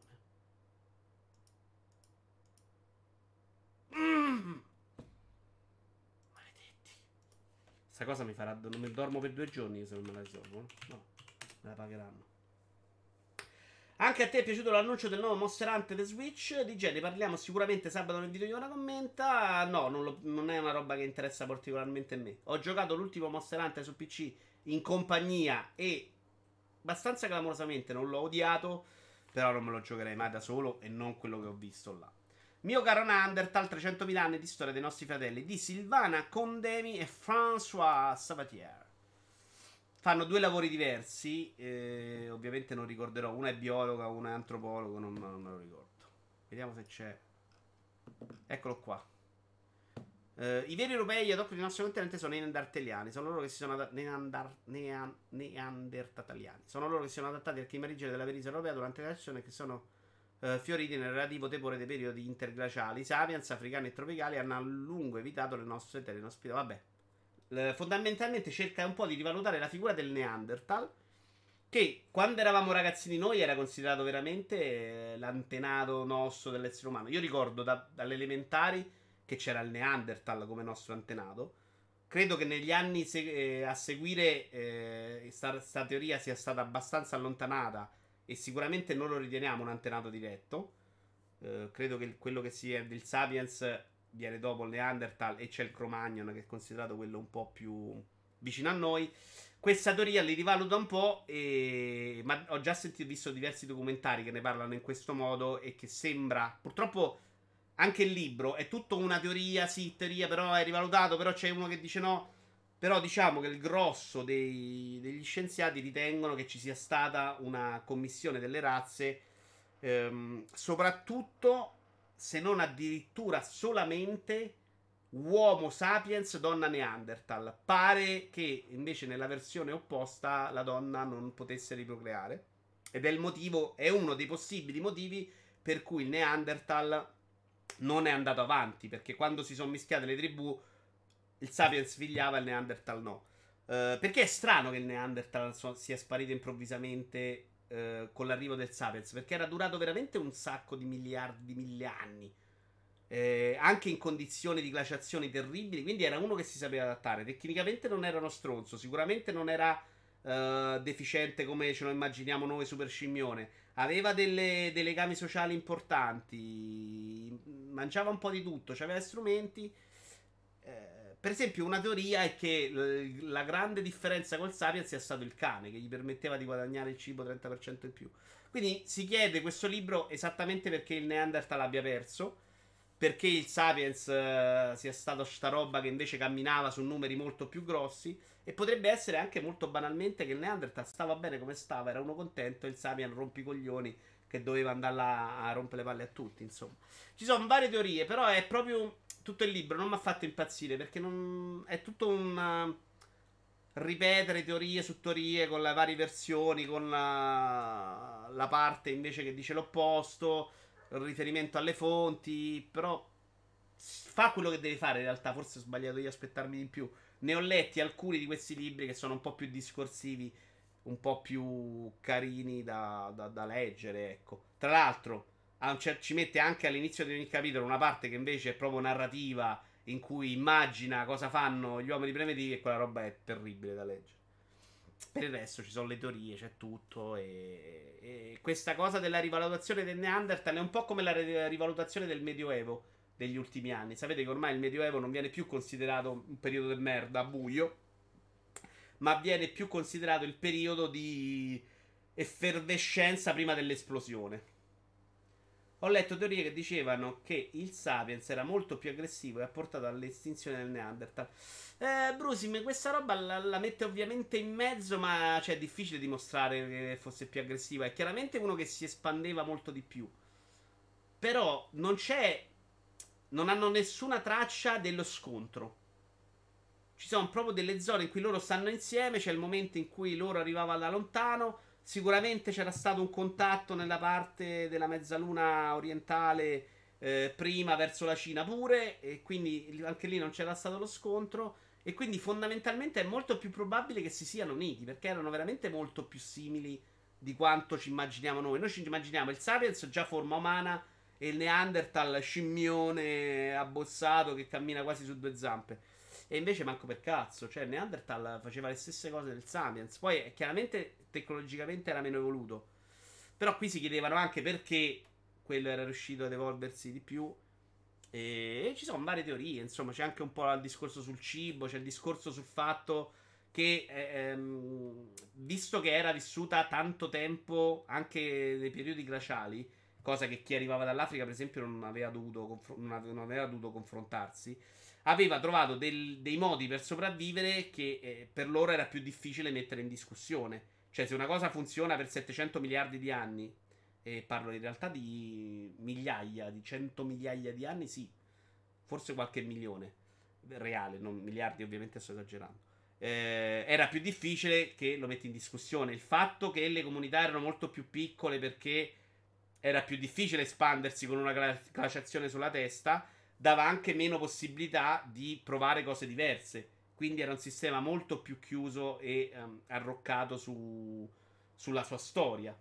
Mm. Maledetti. Sta cosa mi farà. Non mi dormo per due giorni se non me la risolvo. No, me la pagheranno. Anche a te è piaciuto l'annuncio del nuovo Monster Hunter The Switch? Di G, ne parliamo sicuramente sabato nel video di una commenta. No, non, lo- non è una roba che interessa particolarmente a me. Ho giocato l'ultimo Monster Hunter su P C in compagnia e abbastanza clamorosamente non l'ho odiato. Però non me lo giocherei mai da solo e non quello che ho visto là. Mio caro Neanderthal, trecentomila anni di storia dei nostri fratelli di Silvana Condemi e François Sabatier. Fanno due lavori diversi, eh, ovviamente non ricorderò, una è biologa, una è antropologo, non, non me lo ricordo. Vediamo se c'è. Eccolo qua. Eh, I veri europei adoptati nel nostro continente sono i neandertaliani. Sono loro che si sono adattati. Neandar- nean- neandertataliani. Sono loro che si sono adattati al clima rigide della penisola europea durante la glaciazione e che sono eh, fioriti nel relativo tepore dei periodi interglaciali. I sapiens africani e tropicali hanno a lungo evitato le nostre terre inospitali. Vabbè, L- fondamentalmente cerca un po' di rivalutare la figura del Neanderthal. Che quando eravamo ragazzini noi era considerato veramente eh, l'antenato nostro dell'essere umano. Io ricordo da- dalle elementari che c'era il Neanderthal come nostro antenato. Credo che negli anni se- eh, a seguire eh, sta, sta teoria sia stata abbastanza allontanata e sicuramente non lo riteniamo un antenato diretto. Eh, credo che il- quello che si è del Sapiens viene dopo il Neanderthal e c'è il Cro-Magnon che è considerato quello un po' più vicino a noi. Questa teoria li rivaluta un po', e... ma ho già sentito, visto diversi documentari che ne parlano in questo modo e che sembra, purtroppo anche il libro è tutto una teoria, sì, teoria, però è rivalutato, però c'è uno che dice no. Però diciamo che il grosso dei- degli scienziati ritengono che ci sia stata una commissione delle razze, ehm, soprattutto se non addirittura solamente uomo sapiens, donna Neanderthal. Pare che invece nella versione opposta la donna non potesse riprocreare. Ed è il motivo, è uno dei possibili motivi per cui il Neanderthal non è andato avanti. Perché quando si sono mischiate le tribù, il sapiens figliava, il Neanderthal no. Eh, perché è strano che il Neanderthal so- sia sparito improvvisamente eh, con l'arrivo del sapiens. Perché era durato veramente un sacco di miliardi di mille anni, eh, anche in condizioni di glaciazioni terribili. Quindi era uno che si sapeva adattare. Tecnicamente non era uno stronzo, sicuramente non era eh, deficiente come ce lo immaginiamo noi, super scimmione. Aveva delle, dei legami sociali importanti, mangiava un po' di tutto, aveva strumenti. Eh, per esempio, una teoria è che l- la grande differenza col Sapiens sia stato il cane, che gli permetteva di guadagnare il cibo trenta per cento in più. Quindi si chiede questo libro esattamente perché il Neanderthal abbia perso, perché il Sapiens eh, sia stato sta roba che invece camminava su numeri molto più grossi. E potrebbe essere anche molto banalmente che il Neanderthal stava bene come stava, era uno contento, e il Sapien rompicoglioni che doveva andare là a rompere le palle a tutti, insomma. Ci sono varie teorie, però è proprio tutto il libro non mi ha fatto impazzire perché non è tutto un uh, ripetere teorie su teorie con le varie versioni, con la, la parte invece che dice l'opposto, il riferimento alle fonti, però fa quello che deve fare in realtà, forse ho sbagliato io a aspettarmi di più. Ne ho letti alcuni di questi libri che sono un po' più discorsivi, un po' più carini da, da- da leggere, ecco. Tra l'altro, a un cer- ci mette anche all'inizio di ogni capitolo una parte che invece è proprio narrativa, in cui immagina cosa fanno gli uomini primitivi, e quella roba è terribile da leggere. Per il resto ci sono le teorie, c'è tutto. E, e questa cosa della rivalutazione del Neanderthal è un po' come la ri- rivalutazione del Medioevo degli ultimi anni. Sapete che ormai il Medioevo non viene più considerato un periodo di merda, buio, ma viene più considerato il periodo di effervescenza prima dell'esplosione. Ho letto teorie che dicevano che il Sapiens era molto più aggressivo e ha portato all'estinzione del Neanderthal. Eh, Brusim, questa roba la, la mette ovviamente in mezzo, ma cioè, è difficile dimostrare che fosse più aggressiva. È chiaramente uno che si espandeva molto di più. Però non c'è. Non hanno nessuna traccia dello scontro. Ci sono proprio delle zone in cui loro stanno insieme. C'è il momento in cui loro arrivavano da lontano. Sicuramente c'era stato un contatto nella parte della mezzaluna orientale, eh, prima verso la Cina pure. E quindi anche lì non c'era stato lo scontro. E quindi fondamentalmente è molto più probabile che si siano uniti. Perché erano veramente molto più simili di quanto ci immaginiamo noi. Noi ci immaginiamo il Sapiens già forma umana e il Neanderthal scimmione abbozzato che cammina quasi su due zampe. E invece manco per cazzo, cioè Neanderthal faceva le stesse cose del Sapiens. Poi eh, chiaramente tecnologicamente era meno evoluto. Però qui si chiedevano anche perché quello era riuscito ad evolversi di più. E ci sono varie teorie, insomma, c'è anche un po' il discorso sul cibo, c'è il discorso sul fatto che, ehm, visto che era vissuta tanto tempo anche nei periodi glaciali, cosa che chi arrivava dall'Africa, per esempio, non aveva dovuto, confro- non ave- non aveva dovuto confrontarsi, aveva trovato del- dei modi per sopravvivere che eh, per loro era più difficile mettere in discussione. Cioè, se una cosa funziona per settecento miliardi di anni, e parlo in realtà di migliaia, di cento migliaia di anni, sì, forse qualche milione reale, non miliardi, ovviamente sto esagerando. Eh, era più difficile che lo metti in discussione. Il fatto che le comunità erano molto più piccole perché era più difficile espandersi con una gla- glaciazione sulla testa, dava anche meno possibilità di provare cose diverse. Quindi era un sistema molto più chiuso e ehm, arroccato su- sulla sua storia.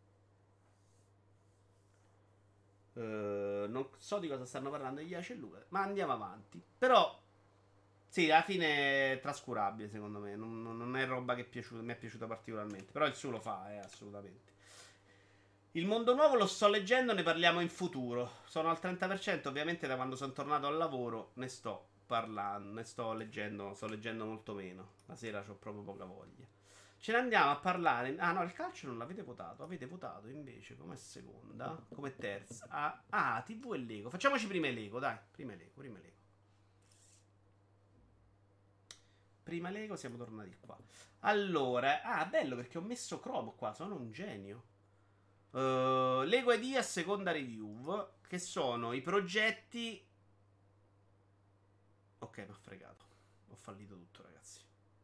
Eh, non so di cosa stanno parlando gli Ace e Luca, ma andiamo avanti. Però, sì, alla fine è trascurabile, secondo me. Non, non- non è roba che è piaciuta- mi è piaciuta particolarmente. Però il suo lo fa, eh, assolutamente. Il mondo nuovo lo sto leggendo, ne parliamo in futuro. Sono al trenta per cento, ovviamente da quando sono tornato al lavoro ne sto parlando, ne sto leggendo, sto leggendo molto meno. La sera ho proprio poca voglia. Ce ne andiamo a parlare. Ah no, il calcio non l'avete votato. Avete votato invece come seconda, come terza. Ah, ah, T V e Lego. Facciamoci prima i Lego, dai. Prima i Lego, prima i Lego. Prima Lego, siamo tornati qua. Allora, ah, bello perché ho messo Chrome qua, sono un genio. Uh, Lego Idea seconda review, che sono i progetti. Ok, mi ha fregato. Ho fallito tutto, ragazzi.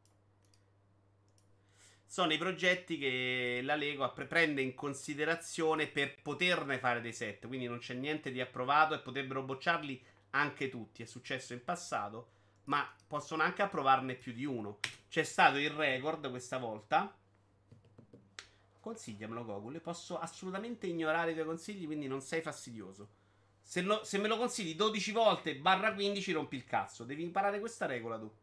Sono i progetti che la Lego prende in considerazione per poterne fare dei set. Quindi non c'è niente di approvato e potrebbero bocciarli anche tutti. È successo in passato, ma possono anche approvarne più di uno. C'è stato il record questa volta. Consigliamelo, Gogol. Posso assolutamente ignorare i tuoi consigli, quindi non sei fastidioso. Se, lo- se me lo consigli dodici volte barra quindici rompi il cazzo. Devi imparare questa regola tu.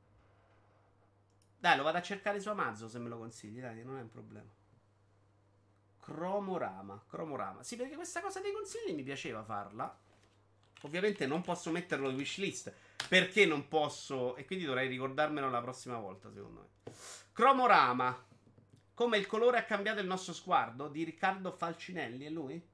Dai, lo vado a cercare su Amazon se me lo consigli, dai, non è un problema. Cromorama, Cromorama. Sì, perché questa cosa dei consigli mi piaceva farla. Ovviamente non posso metterlo in wishlist. Perché non posso? E quindi dovrei ricordarmelo la prossima volta, secondo me. Cromorama. Come il colore ha cambiato il nostro sguardo? Di Riccardo Falcinelli, è lui?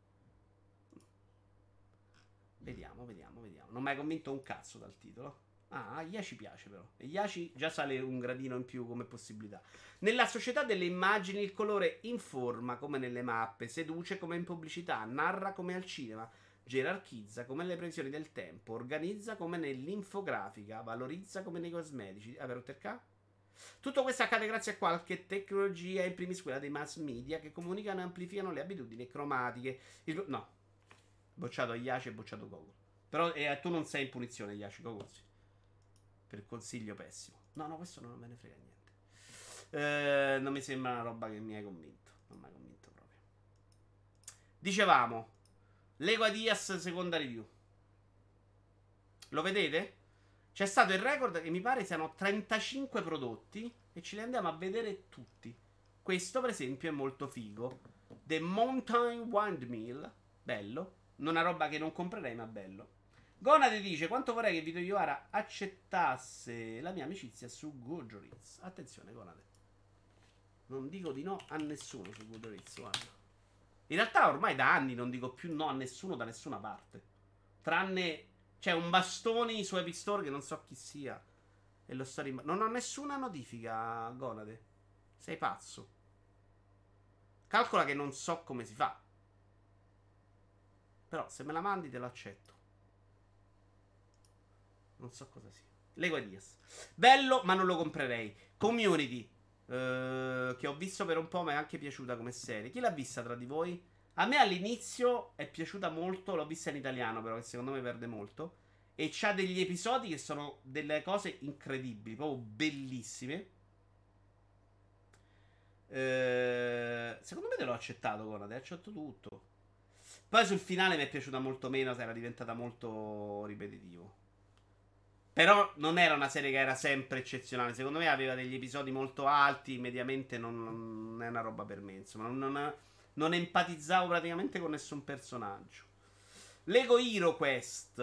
Vediamo, vediamo, vediamo. Non mi hai convinto un cazzo dal titolo. Ah, a Yashi piace però. E Yashi già sale un gradino in più come possibilità. Nella società delle immagini il colore informa come nelle mappe, seduce come in pubblicità, narra come al cinema, gerarchizza come nelle previsioni del tempo, organizza come nell'infografica, valorizza come nei cosmetici. Ah, per K? Tutto questo accade grazie a qualche tecnologia, in primis quella dei mass media, che comunicano e amplificano le abitudini cromatiche. Il... No, bocciato Yashi e bocciato Goku. Però eh, tu non sei in punizione, Yashi, Goku. Sì. Per il consiglio pessimo. No, no, questo non me ne frega niente. Eh, non mi sembra una roba che mi hai convinto. Non mi hai convinto proprio. Dicevamo, Lego Ideas seconda review. Lo vedete? C'è stato il record che mi pare siano trentacinque prodotti e ce li andiamo a vedere tutti. Questo, per esempio, è molto figo. The Mountain Windmill. Bello. Una roba che non comprerei, ma bello. Gonade dice: Quanto vorrei che Vito Iovara accettasse la mia amicizia su Goodreads. Attenzione, Gonade. Non dico di no a nessuno su Goodreads, guarda. In realtà ormai da anni non dico più no a nessuno da nessuna parte. Tranne c'è un bastoni su Epic Store che non so chi sia. E lo sto rim- Non ho nessuna notifica, Gonade. Sei pazzo. Calcola che non so come si fa. Però se me la mandi te l'accetto. Non so cosa sia. Lego Ideas. Bello, ma non lo comprerei. Community. eh, che ho visto per un po', ma è anche piaciuta come serie. Chi l'ha vista tra di voi? A me all'inizio è piaciuta molto. L'ho vista in italiano, però, che secondo me perde molto. E c'ha degli episodi che sono delle cose incredibili, proprio bellissime. Eh, secondo me te l'ho accettato, Conrad. Hai accettato tutto. Poi sul finale mi è piaciuta molto meno. Se era diventata molto ripetitivo. Però non era una serie che era sempre eccezionale. Secondo me aveva degli episodi molto alti. Mediamente non, non è una roba per me. Insomma, non, non, non empatizzavo praticamente con nessun personaggio. Lego Hero Quest.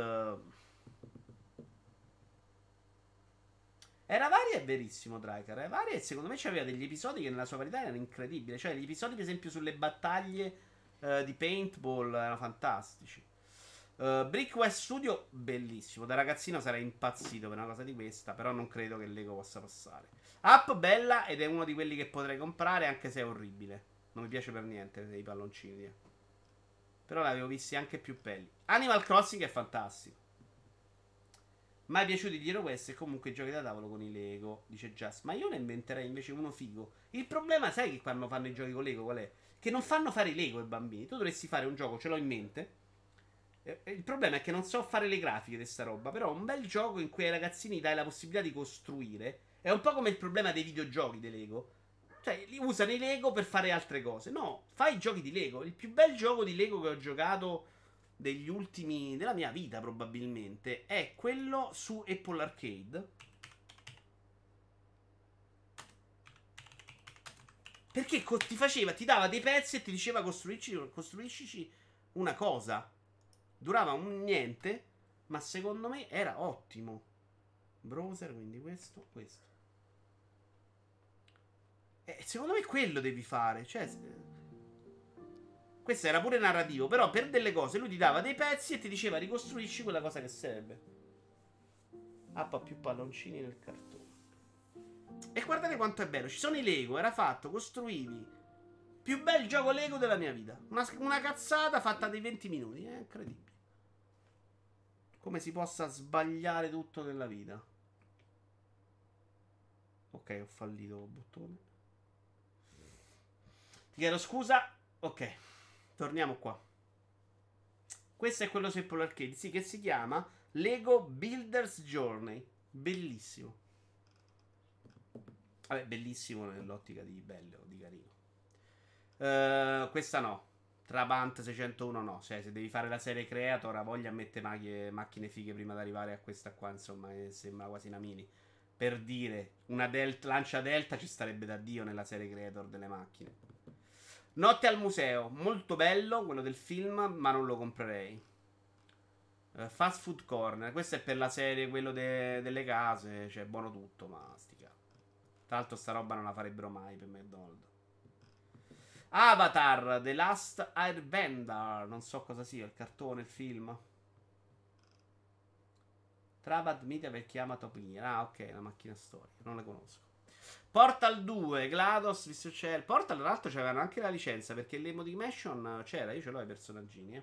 Era varia, è verissimo, Dracar. Era varia e secondo me c'aveva degli episodi che nella sua varietà erano incredibili. Cioè, gli episodi, per esempio, sulle battaglie eh, di paintball erano fantastici. Uh, Brick West Studio, bellissimo. Da ragazzino sarei impazzito per una cosa di questa. Però non credo che Lego possa passare. App bella ed è uno di quelli che potrei comprare, anche se è orribile. Non mi piace per niente dei palloncini. Eh. Però l'avevo visti anche più belli. Animal Crossing è fantastico. Mai piaciuti di HeroQuest e comunque i giochi da tavolo con i Lego, dice Just. Ma io ne inventerei invece uno figo. Il problema, sai che quando fanno i giochi con Lego qual è? Che non fanno fare i Lego ai bambini. Tu dovresti fare un gioco, ce l'ho in mente. Eh, Il problema è che non so fare le grafiche di sta roba. Però un bel gioco in cui ai ragazzini dai la possibilità di costruire. È un po' come il problema dei videogiochi di Lego. Cioè, li usano i Lego per fare altre cose. No, fai i giochi di Lego. Il più bel gioco di Lego che ho giocato degli ultimi della mia vita probabilmente è quello su Apple Arcade, perché co- ti faceva, ti dava dei pezzi e ti diceva costruisci, costruiscici una cosa. Durava un niente, ma secondo me era ottimo. Browser, quindi questo, questo. E secondo me quello devi fare, cioè questo era pure narrativo, però per delle cose lui ti dava dei pezzi e ti diceva ricostruisci quella cosa che serve. Appa più palloncini nel cartone. E guardate quanto è bello. Ci sono i Lego. Era fatto, costruivi. Più bel gioco Lego della mia vita. Una, una cazzata fatta dei venti minuti. È incredibile. Come si possa sbagliare tutto nella vita. Ok, ho fallito il bottone. Ti chiedo scusa. Ok, torniamo qua. Questo è quello su Apple Arcade. Sì, che si chiama Lego Builder's Journey. Bellissimo. Vabbè, bellissimo nell'ottica di bello, di carino. Uh, questa no. Trabant seicentouno no. Cioè, se devi fare la serie Creator, ha voglia a mettere macchine, macchine fighe prima di arrivare a questa qua. Insomma, che sembra quasi una mini. Per dire, una Delta, lancia Delta ci starebbe da Dio nella serie Creator delle macchine. Notte al museo. Molto bello, quello del film, ma non lo comprerei. Uh, Fast Food Corner. Questo è per la serie, quello de- delle case. Cioè, buono tutto, ma stica. Tra l'altro sta roba non la farebbero mai per McDonald's. Avatar, The Last Airbender. Non so cosa sia, il cartone, il film. Trabad Media per chiama Top Gear. Ah, ok, la macchina storica. Non le conosco. Portal due, GLaDOS, visto c'è. Portal, tra l'altro, c'avevano anche la licenza perché l'Emotimation c'era. Io ce l'ho i personaggini, eh.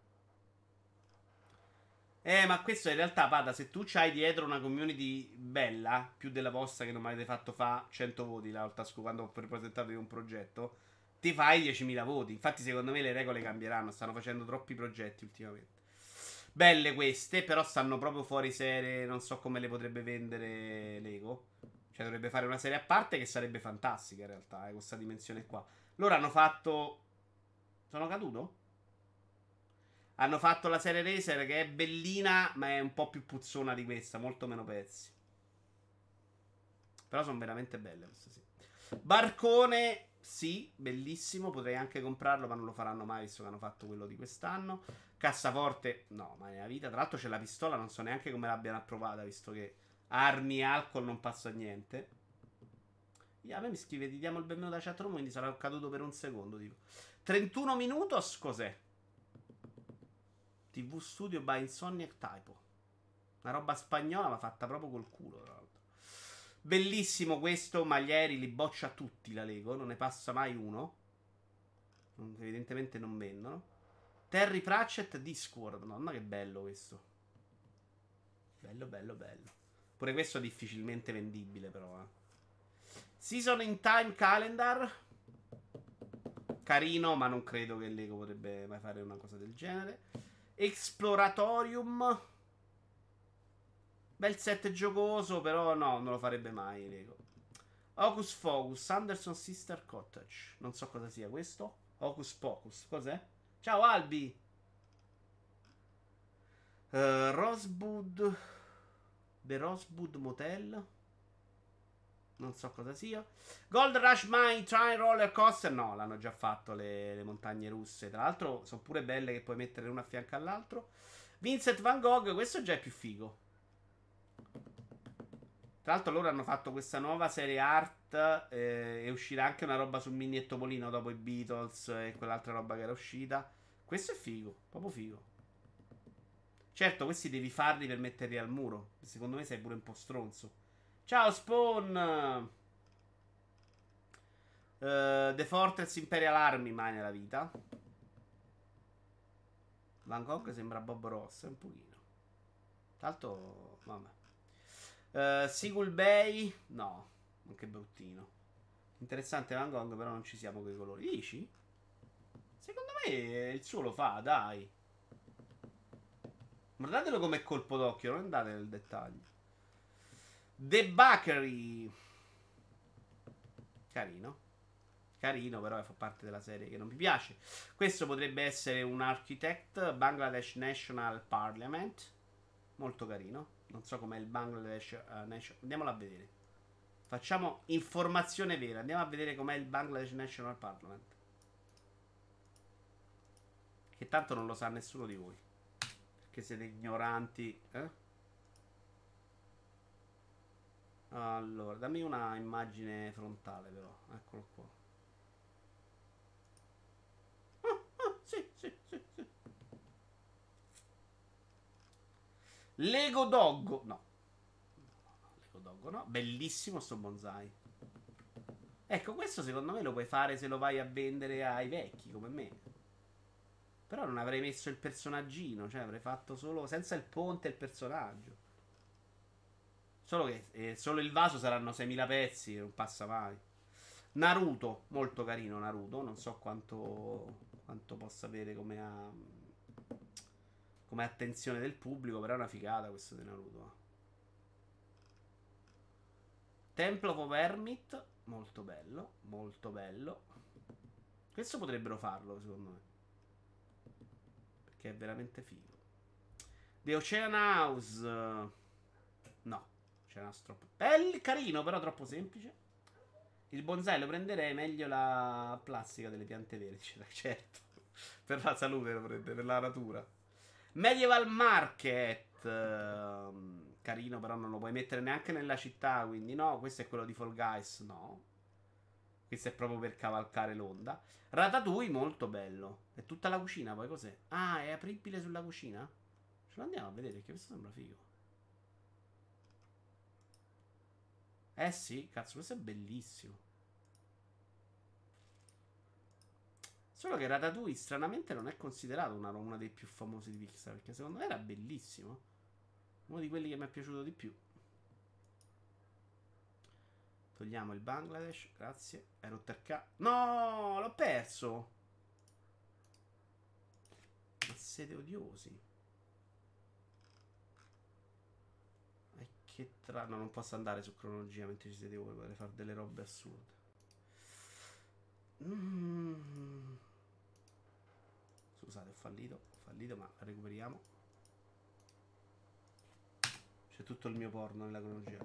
Eh, ma questo in realtà, Pada, se tu c'hai dietro una community bella, più della vostra che non mi avete fatto fa cento voti l'altra scu quando ho presentato un progetto, ti fai diecimila voti. Infatti, secondo me le regole cambieranno. Stanno facendo troppi progetti ultimamente. Belle queste, però stanno proprio fuori serie. Non so come le potrebbe vendere Lego. Cioè, dovrebbe fare una serie a parte che sarebbe fantastica in realtà, eh, con questa dimensione qua. Loro hanno fatto. Sono caduto? Hanno fatto la serie Racer che è bellina, ma è un po' più puzzona di questa, molto meno pezzi. Però sono veramente belle queste, sì. Barcone, sì, bellissimo. Potrei anche comprarlo, ma non lo faranno mai, visto che hanno fatto quello di quest'anno. Cassaforte, no, mai nella vita. Tra l'altro c'è la pistola, non so neanche come l'abbiano approvata, visto che armi e alcol non passa niente. Yeah, a me mi scrive, ti diamo il benvenuto da chatroom, quindi sarà caduto per un secondo, tipo. trentuno minutos, cos'è? T V Studio by Insomniac Typo. Una roba spagnola, ma fatta proprio col culo, tra l'altro. Bellissimo questo, Maglieri li boccia tutti la Lego, non ne passa mai uno. Evidentemente non vendono. Terry Pratchett Discworld, mamma che bello questo. Bello, bello, bello. Pure questo è difficilmente vendibile però, eh. Season in Time Calendar. Carino, ma non credo che Lego potrebbe mai fare una cosa del genere. Exploratorium. Bel set giocoso, però no, non lo farebbe mai Lego. Hocus Focus, Anderson Sister Cottage. Non so cosa sia questo. Hocus Pocus, cos'è? Ciao Albi. Uh, Rosebud. The Rosebud Motel. Non so cosa sia. Gold Rush Mine Train Roller Coaster. No, l'hanno già fatto le, le montagne russe. Tra l'altro sono pure belle che puoi mettere una a fianco all'altro. Vincent Van Gogh, questo già è più figo. Tra l'altro loro hanno fatto questa nuova serie art eh, e uscirà anche una roba sul Mini e Topolino dopo i Beatles e quell'altra roba che era uscita. Questo è figo, proprio figo. Certo, questi devi farli per metterli al muro. Secondo me sei pure un po' stronzo. Ciao Spawn! Uh, The Fortress Imperial Army mai nella vita. Van Gogh sembra Bob Ross, un pochino. Tanto, vabbè. Uh, Seagull Bay, no, anche bruttino. Interessante Van Gogh, però non ci siamo con i colori. Dici? Secondo me il suo lo fa, dai. Guardatelo come colpo d'occhio, non andate nel dettaglio. The Bakery. Carino. Carino, però fa parte della serie che non mi piace. Questo potrebbe essere un architect. Bangladesh National Parliament. Molto carino. Non so com'è il Bangladesh uh, National. Andiamolo a vedere. Facciamo informazione vera. Andiamo a vedere com'è il Bangladesh National Parliament. Che tanto non lo sa nessuno di voi. Perché siete ignoranti. Eh? Allora, dammi una immagine frontale però. Eccolo qua. Sì, sì, sì, sì. Lego Doggo. No. Lego Doggo no. Bellissimo sto bonsai. Ecco, questo secondo me lo puoi fare se lo vai a vendere ai vecchi come me. Però non avrei messo il personaggino. Cioè avrei fatto solo senza il ponte e il personaggio. Solo che eh, solo il vaso saranno seimila pezzi. Non passa mai. Naruto. Molto carino Naruto. Non so quanto quanto possa avere come, a, come attenzione del pubblico, però è una figata questo di Naruto. Temple of Hermit, molto bello, molto bello. Questo potrebbero farlo secondo me, perché è veramente figo. The Ocean House, no, Ocean House troppo bello, carino, però troppo semplice. Il bonsai lo prenderei, meglio la plastica delle piante vere, certo. Per la salute lo prende, per la natura. Medieval Market. ehm, carino, però non lo puoi mettere neanche nella città, quindi no. Questo è quello di Fall Guys, no. Questo è proprio per cavalcare l'onda. Ratatouille, molto bello. È tutta la cucina, poi cos'è? Ah, è apribile sulla cucina? Ce lo andiamo a vedere, perché questo sembra figo. Eh sì, cazzo, questo è bellissimo. Solo che Ratatouille stranamente non è considerato una, uno dei più famosi di Pixar, perché secondo me era bellissimo. Uno di quelli che mi è piaciuto di più. Togliamo il Bangladesh, grazie. È rotto il ca... No, l'ho perso. Ma siete odiosi. E che tra... No, non posso andare su cronologia mentre ci siete voi, potrei fare delle robe assurde. Mm. Scusate, ho fallito, ho fallito, ma la recuperiamo. C'è tutto il mio porno nella cronologia.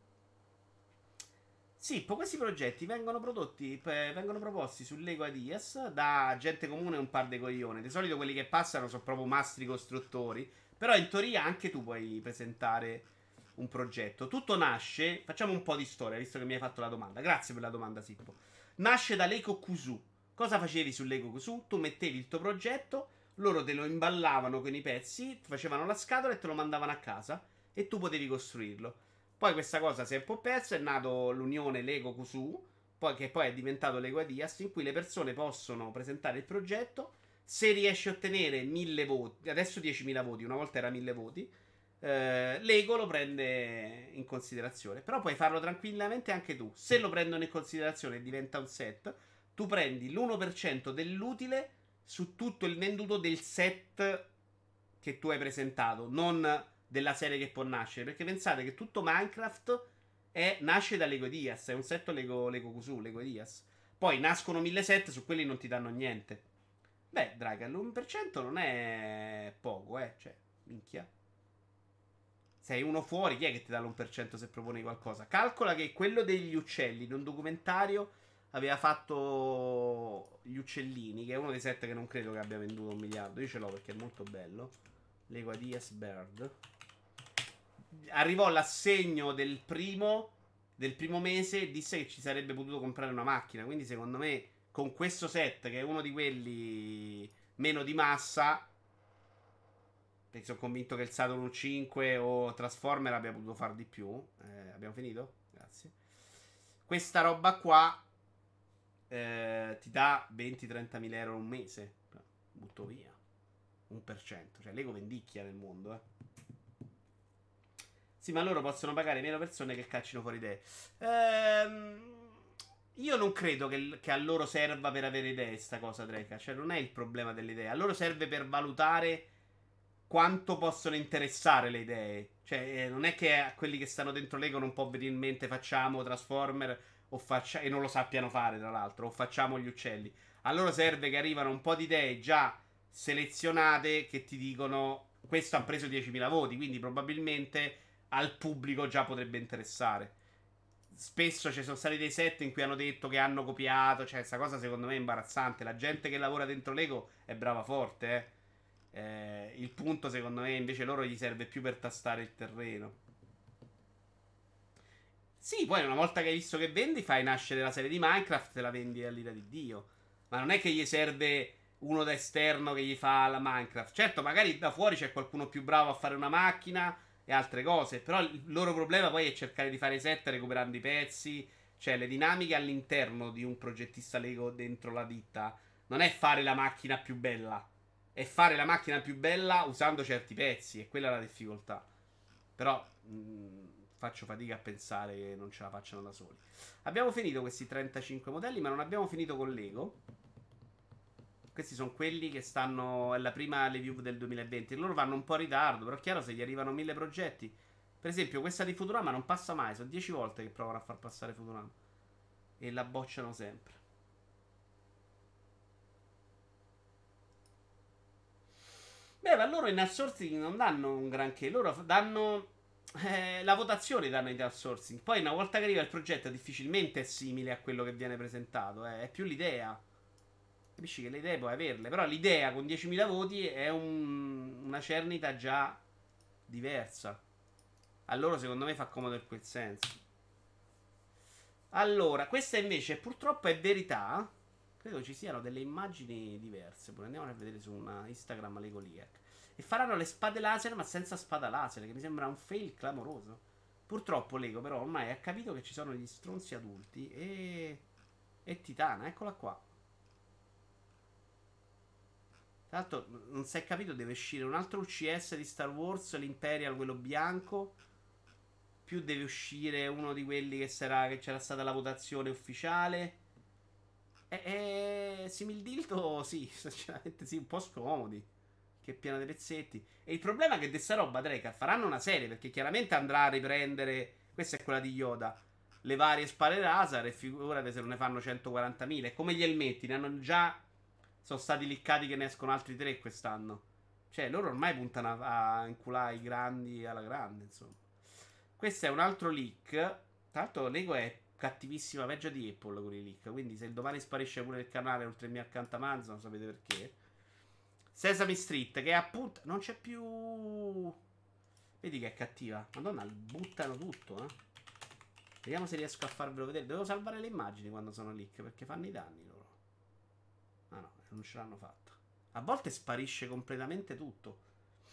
Sì, poi questi progetti vengono prodotti, eh, vengono proposti su Lego Ideas da gente comune e un par di coglioni. Di solito quelli che passano sono proprio mastri costruttori. Però in teoria anche tu puoi presentare un progetto. Tutto nasce, facciamo un po' di storia, visto che mi hai fatto la domanda. Grazie per la domanda, Sippo. Nasce da Lego Kusu. Cosa facevi su Lego Kusu? Tu mettevi il tuo progetto, loro te lo imballavano con i pezzi, facevano la scatola e te lo mandavano a casa e tu potevi costruirlo. Poi questa cosa si è un po' persa, è nato l'unione Lego Kusu, poi, che poi è diventato Lego Ideas, in cui le persone possono presentare il progetto. Se riesci a ottenere mille voti, adesso diecimila voti, una volta era mille voti, eh, Lego lo prende in considerazione. Però puoi farlo tranquillamente anche tu. Se lo prendono in considerazione e diventa un set, tu prendi l'uno per cento dell'utile su tutto il venduto del set che tu hai presentato, non della serie che può nascere. Perché pensate che tutto Minecraft è, nasce da Lego Ideas, è un set Lego, Lego Kusu, Lego Ideas. Poi nascono mille set, su quelli non ti danno niente. Beh, Draga, l'uno per cento non è poco, eh. Cioè, minchia. Sei uno fuori, chi è che ti dà l'uno per cento se proponi qualcosa? Calcola che quello degli uccelli in un documentario aveva fatto gli uccellini, che è uno dei set che non credo che abbia venduto un miliardo. Io ce l'ho perché è molto bello. Lego Ideas Bird. Arrivò l'assegno del primo, del primo mese e disse che ci sarebbe potuto comprare una macchina. Quindi secondo me con questo set, che è uno di quelli meno di massa, sono convinto che il Saturn cinque o Transformer abbia potuto far di più. Eh, abbiamo finito? Grazie. Questa roba qua eh, ti dà venti trenta mila euro un mese. Butto via. un per cento. Cioè, Lego vendicchia nel mondo, eh. Sì, ma loro possono pagare meno persone che caccino fuori idee. Ehm, io non credo che, che a loro serva per avere idee sta cosa, Drake. Cioè, non è il problema delle idee. A loro serve per valutare quanto possono interessare le idee. Cioè, eh, non è che a quelli che stanno dentro Lego non può venire in mente facciamo Transformer o faccia- e non lo sappiano fare, tra l'altro, o facciamo gli uccelli. A loro serve che arrivano un po' di idee già selezionate che ti dicono questo ha preso diecimila voti, quindi probabilmente al pubblico già potrebbe interessare. Spesso ci sono stati dei set in cui hanno detto che hanno copiato, cioè questa cosa secondo me è imbarazzante. La gente che lavora dentro Lego è brava forte, eh. Eh, il punto secondo me invece loro gli serve più per tastare il terreno. Sì, poi una volta che hai visto che vendi, fai nascere la serie di Minecraft e la vendi all'ira di Dio. Ma non è che gli serve uno da esterno che gli fa la Minecraft. Certo, magari da fuori c'è qualcuno più bravo a fare una macchina e altre cose. Però il loro problema poi è cercare di fare i set recuperando i pezzi. Cioè, le dinamiche all'interno di un progettista Lego dentro la ditta non è fare la macchina più bella, è fare la macchina più bella usando certi pezzi. E quella è la difficoltà. Però mh, faccio fatica a pensare che non ce la facciano da soli. Abbiamo finito questi trentacinque modelli, ma non abbiamo finito con Lego. Questi sono quelli che stanno. È la prima review del duemilaventi. Loro vanno un po' in ritardo, però è chiaro se gli arrivano mille progetti. Per esempio, questa di Futurama non passa mai. Sono dieci volte che provano a far passare Futurama. E la bocciano sempre. Beh, ma loro in outsourcing non danno un granché. Loro danno. Eh, la votazione danno in outsourcing. Poi, una volta che arriva il progetto, difficilmente è simile a quello che viene presentato. Eh. È più l'idea. Capisci che le idee puoi averle. Però l'idea con diecimila voti è un- una cernita già diversa. A loro, secondo me, fa comodo in quel senso. Allora, questa invece purtroppo è verità. Credo ci siano delle immagini diverse. Poi andiamo a vedere su una Instagram Lego Leak. E faranno le spade laser, ma senza spada laser, che mi sembra un fail clamoroso. Purtroppo Lego, però, ormai ha capito che ci sono gli stronzi adulti. E. E Titana, eccola qua. Tra l'altro, non si è capito, deve uscire un altro U C S di Star Wars, l'Imperial, quello bianco. Più deve uscire uno di quelli che, sarà, che c'era stata la votazione ufficiale. E, e Simildildo, sì, sinceramente sì, un po' scomodi. Che è pieno di pezzetti. E il problema è che di sta roba, Drake, faranno una serie, perché chiaramente andrà a riprendere. Questa è quella di Yoda. Le varie spade laser. E figurate se non ne fanno centoquarantamila. E come gli elmetti, ne hanno già. Sono stati liccati che ne escono altri tre quest'anno. Cioè, loro ormai puntano a, a inculare i grandi alla grande, insomma. Questo è un altro leak. Tra l'altro, Lego è cattivissima, peggio di Apple con i leak. Quindi, se domani sparisce pure il canale oltre il mio account Amazon, sapete perché. Sesame Street, che è appunto. Non c'è più. Vedi che è cattiva. Madonna, buttano tutto, eh. Vediamo se riesco a farvelo vedere. Devo salvare le immagini quando sono leak, perché fanno i danni loro. Ah no, non ce l'hanno fatta. A volte sparisce completamente tutto.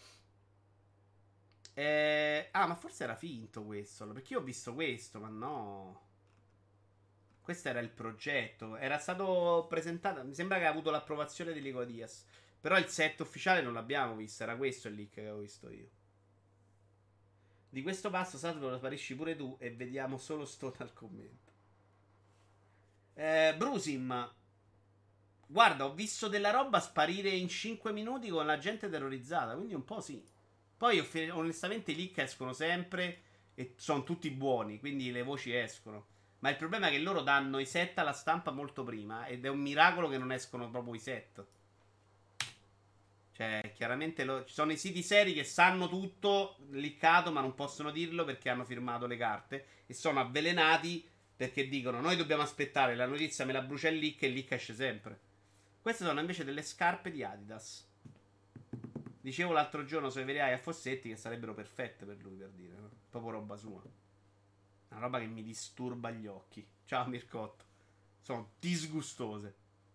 Eh, ah, ma forse era finto questo. Perché io ho visto questo, ma no. Questo era il progetto. Era stato presentato. Mi sembra che ha avuto l'approvazione di Lego Diaz. Però il set ufficiale non l'abbiamo visto. Era questo il leak che avevo visto io. Di questo passo, Saturno, sparisci pure tu. E vediamo solo Stone al commento. Eh, Brusim. Guarda, ho visto della roba sparire in cinque minuti con la gente terrorizzata. Quindi un po' sì. Poi onestamente i leak escono sempre e sono tutti buoni, quindi le voci escono. Ma il problema è che loro danno i set alla stampa molto prima ed è un miracolo che non escono proprio i set. Cioè, chiaramente lo- ci sono i siti seri che sanno tutto, liccato, ma non possono dirlo perché hanno firmato le carte e sono avvelenati perché dicono noi dobbiamo aspettare, la notizia me la brucia il leak e il leak esce sempre. Queste sono invece delle scarpe di Adidas. Dicevo l'altro giorno sui veri a Fossetti che sarebbero perfette per lui, per dire, no? Proprio roba sua. Una roba che mi disturba gli occhi. Ciao Mircotto. Sono disgustose.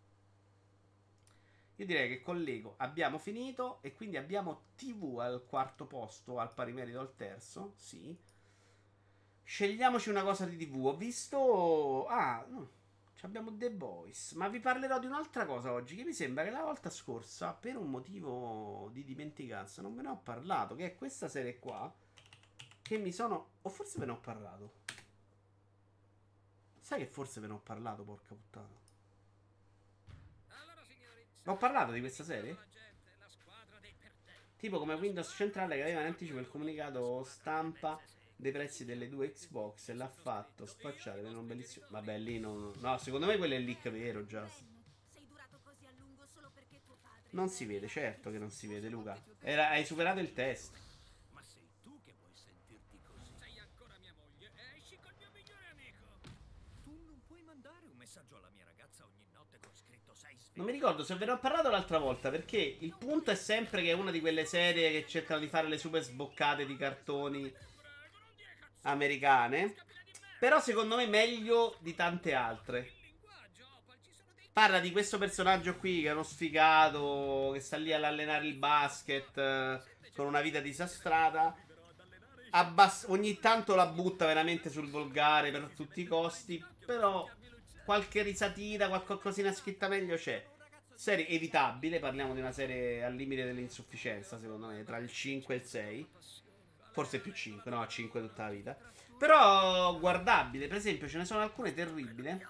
Io direi che con Lego abbiamo finito e quindi abbiamo T V al quarto posto, al pari merito al terzo. Sì. Scegliamoci una cosa di T V. Ho visto... Ah, no. Abbiamo The Boys. Ma vi parlerò di un'altra cosa oggi. Che mi sembra che la volta scorsa, per un motivo di dimenticanza, non ve ne ho parlato. Che è questa serie qua. Che mi sono. O forse ve ne ho parlato. Sai che forse ve ne ho parlato, porca puttana. Ho parlato di questa serie? Tipo come Windows centrale che aveva in anticipo il comunicato stampa dei prezzi delle due Xbox e l'ha fatto spacciare per un bellissimo. Vabbè, lì non. No, secondo me quello è il leak vero, già. Non si vede, certo che non si vede, Luca. Era- hai superato il test. Ma sei tu che vuoi sentirti così? Sei ancora mia moglie e esci col mio migliore amico. Tu non puoi mandare un messaggio alla mia ragazza ogni notte con scritto sei svegli. Non mi ricordo se ve ne ho parlato l'altra volta, perché il punto è sempre che è una di quelle serie che cercano di fare le super sboccate di cartoni americane. Però secondo me meglio di tante altre. Parla di questo personaggio qui che è uno sfigato, che sta lì all'allenare il basket, eh, con una vita disastrata. Abbass- ogni tanto la butta veramente sul volgare per tutti i costi. Però qualche risatina, qualcosina scritta meglio c'è. Serie evitabile, parliamo di una serie al limite dell'insufficienza, secondo me, tra il cinque e il sei. Forse più cinque, no, cinque tutta la vita. Però guardabile, per esempio, ce ne sono alcune terribili.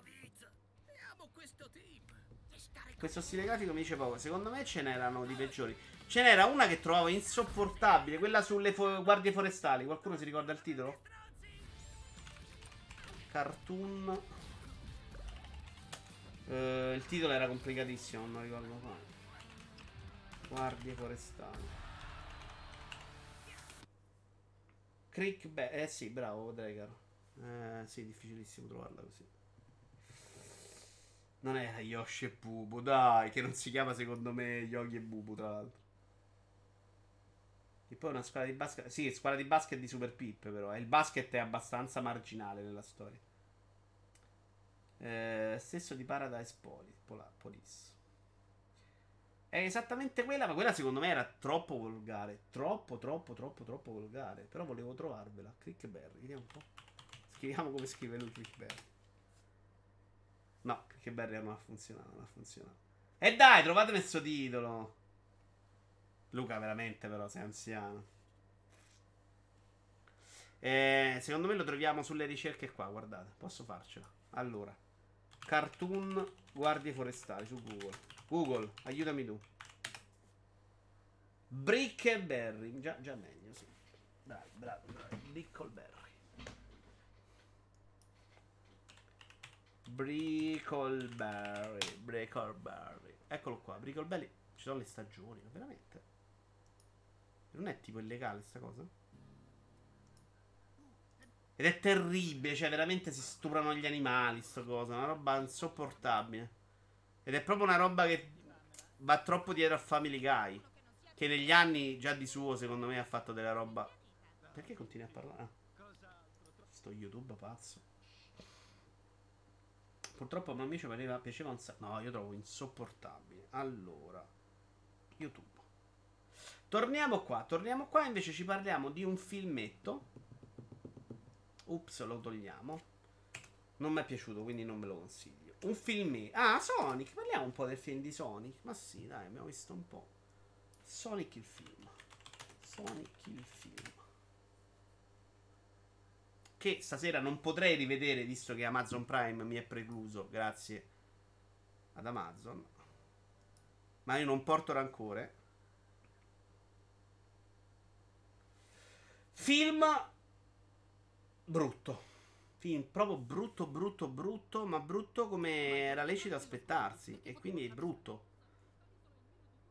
Questo stile grafico mi dice poco. Secondo me ce n'erano di peggiori. Ce n'era una che trovavo insopportabile, quella sulle fo- guardie forestali. Qualcuno si ricorda il titolo? Cartoon. Eh, il titolo era complicatissimo, non ricordo mai. Guardie forestali. Crick Beh, eh sì, bravo, Dragar. Eh sì, difficilissimo trovarla così. Non era Yoshi e Bubu, dai, che non si chiama secondo me Yogi e Bubu, tra l'altro. E poi una squadra di basket. Sì, squadra di basket di Super Pip, però. E il basket è abbastanza marginale nella storia. Eh, stesso di Paradise Poli- Pola- Police. È esattamente quella, ma quella secondo me era troppo volgare. Troppo, troppo, troppo, troppo volgare. Però volevo trovarvela. Clickberry, vediamo un po'. Scriviamo come scrive lui Clickberry. No, Clickberry non ha funzionato, non ha funzionato. E dai, trovate questo titolo. Luca, veramente, però, sei anziano. Eh, secondo me lo troviamo sulle ricerche qua, guardate. Posso farcela. Allora. Cartoon guardie forestali su Google. Google, aiutami tu. Brickleberry. Già, già meglio, sì. Dai, bravo, bravo. Brickleberry. Brickleberry. Brickleberry. Eccolo qua, Brickleberry. Ci sono le stagioni, veramente. Non è tipo illegale sta cosa? Ed è terribile, cioè veramente si stuprano gli animali, sta cosa, una roba insopportabile. Ed è proprio una roba che va troppo dietro a Family Guy, che negli anni già di suo secondo me ha fatto della roba. Perché continui a parlare? Ah, sto YouTube pazzo. Purtroppo a me invece pareva, piaceva un sacco. No, io trovo insopportabile. Allora, YouTube. Torniamo qua, torniamo qua, invece ci parliamo di un filmetto. Ups, lo togliamo. Non mi è piaciuto, quindi non me lo consiglio. Un film. Ah, Sonic. Parliamo un po' del film di Sonic. Ma sì, dai, abbiamo visto un po'. Sonic il film. Sonic il film. Che stasera non potrei rivedere visto che Amazon Prime mi è precluso. Grazie ad Amazon. Ma io non porto rancore. Film brutto. Film proprio brutto, brutto, brutto. Ma brutto come era lecito aspettarsi. E quindi è brutto.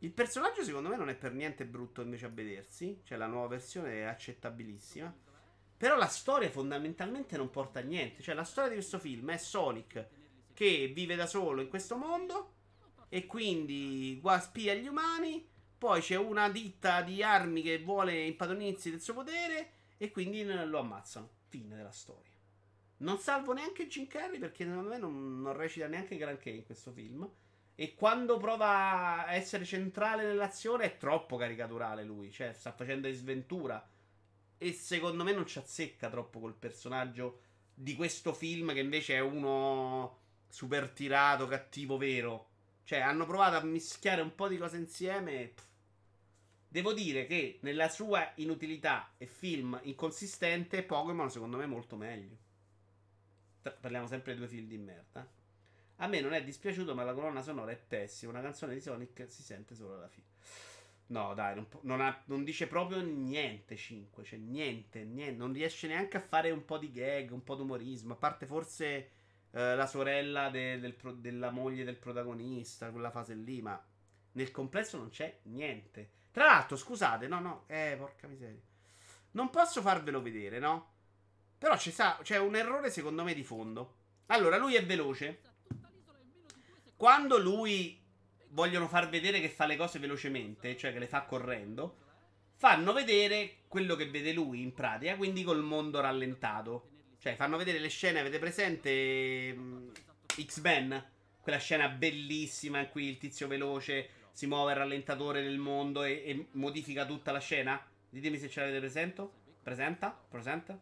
Il personaggio secondo me non è per niente brutto invece a vedersi. Cioè la nuova versione è accettabilissima. Però la storia fondamentalmente non porta a niente. Cioè la storia di questo film è Sonic che vive da solo in questo mondo e quindi gua- spia gli umani. Poi c'è una ditta di armi che vuole impadronirsi del suo potere e quindi lo ammazzano. Fine della storia. Non salvo neanche Jim Carrey perché secondo me non, non recita neanche granché in questo film. E quando prova a essere centrale nell'azione è troppo caricaturale lui. Cioè sta facendo di sventura. E secondo me non ci azzecca troppo col personaggio di questo film che invece è uno super tirato, cattivo vero. Cioè hanno provato a mischiare un po' di cose insieme e pff. Devo dire che nella sua inutilità e film inconsistente Pokémon secondo me è molto meglio. Tra- Parliamo sempre di due film di merda. A me non è dispiaciuto, ma la colonna sonora è pessima. Una canzone di Sonic si sente solo alla fine. No, dai, non, po- non ha- non dice proprio niente. cinque, cioè niente, niente. Non riesce neanche a fare un po' di gag, un po' d'umorismo. A parte forse eh, la sorella de- del pro- della moglie del protagonista, quella fase lì, ma nel complesso non c'è niente. Tra l'altro, scusate, no, no, eh, porca miseria. Non posso farvelo vedere, no? Però c'è, sa- c'è un errore secondo me di fondo. Allora, lui è veloce. Quando lui vogliono far vedere che fa le cose velocemente, cioè che le fa correndo, fanno vedere quello che vede lui in pratica, quindi col mondo rallentato. Cioè, fanno vedere le scene, avete presente mh, X-Men? Quella scena bellissima in cui il tizio veloce si muove al rallentatore nel mondo e, e modifica tutta la scena? Ditemi se ce l'avete presente. Presenta? Presenta?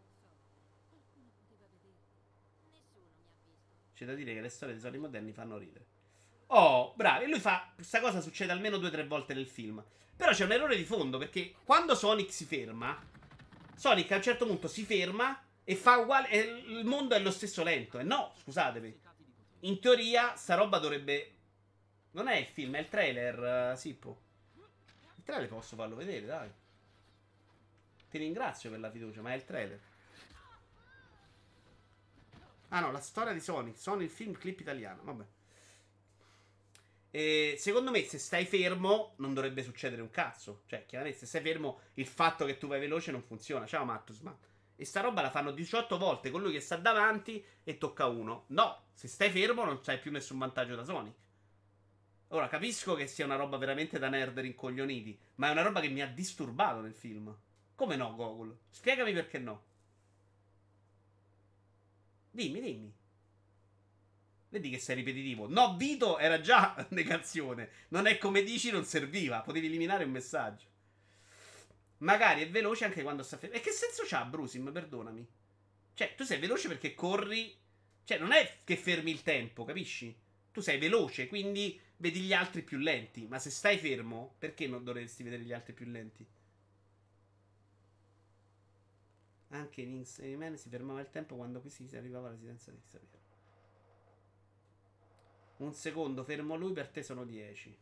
C'è da dire che le storie dei soldi moderni fanno ridere. Oh, bravi. E lui fa. Questa cosa succede almeno due o tre volte nel film. Però c'è un errore di fondo. Perché quando Sonic si ferma, Sonic a un certo punto si ferma e fa uguale. E il mondo è lo stesso lento. E no, scusatemi. In teoria, sta roba dovrebbe. Non è il film, è il trailer, uh, Sippo. Il trailer posso farlo vedere, dai. Ti ringrazio per la fiducia, ma è il trailer. Ah no, la storia di Sonic. Sonic, il film clip italiano. Vabbè. E secondo me, se stai fermo, non dovrebbe succedere un cazzo. Cioè, chiaramente, se stai fermo, il fatto che tu vai veloce non funziona. Ciao, Mattus. Ma... E sta roba la fanno diciotto volte con lui che sta davanti e tocca uno. No, se stai fermo, non c'hai più nessun vantaggio da Sonic. Ora, capisco che sia una roba veramente da nerd rincoglioniti, ma è una roba che mi ha disturbato nel film. Come no, Gogol? Spiegami perché no. Dimmi, dimmi. Vedi che sei ripetitivo. No, Vito era già negazione. Non è come dici, non serviva. Potevi eliminare un messaggio. Magari è veloce anche quando sta fermo. E che senso c'ha, Brusim? Perdonami. Cioè, tu sei veloce perché corri. Cioè, non è che fermi il tempo, capisci? Tu sei veloce, quindi vedi gli altri più lenti. Ma se stai fermo, perché non dovresti vedere gli altri più lenti? Anche in X-Men si fermava il tempo quando qui si arrivava alla residenza di Xavier. Un secondo fermo lui, per te sono dieci.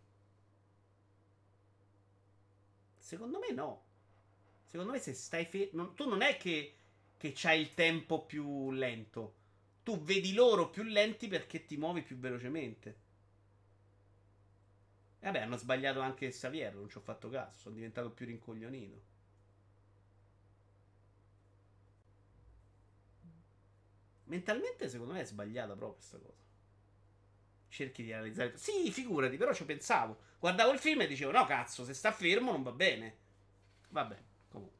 Secondo me no. Secondo me se stai fermo... Tu non è che, che c'hai il tempo più lento. Tu vedi loro più lenti perché ti muovi più velocemente. E vabbè, hanno sbagliato anche Xavier, non ci ho fatto caso. Sono diventato più rincoglionito. Mentalmente secondo me è sbagliata proprio questa cosa. Cerchi di analizzare. Sì, figurati, però ci pensavo. Guardavo il film e dicevo, no cazzo, se sta fermo non va bene. Vabbè, comunque.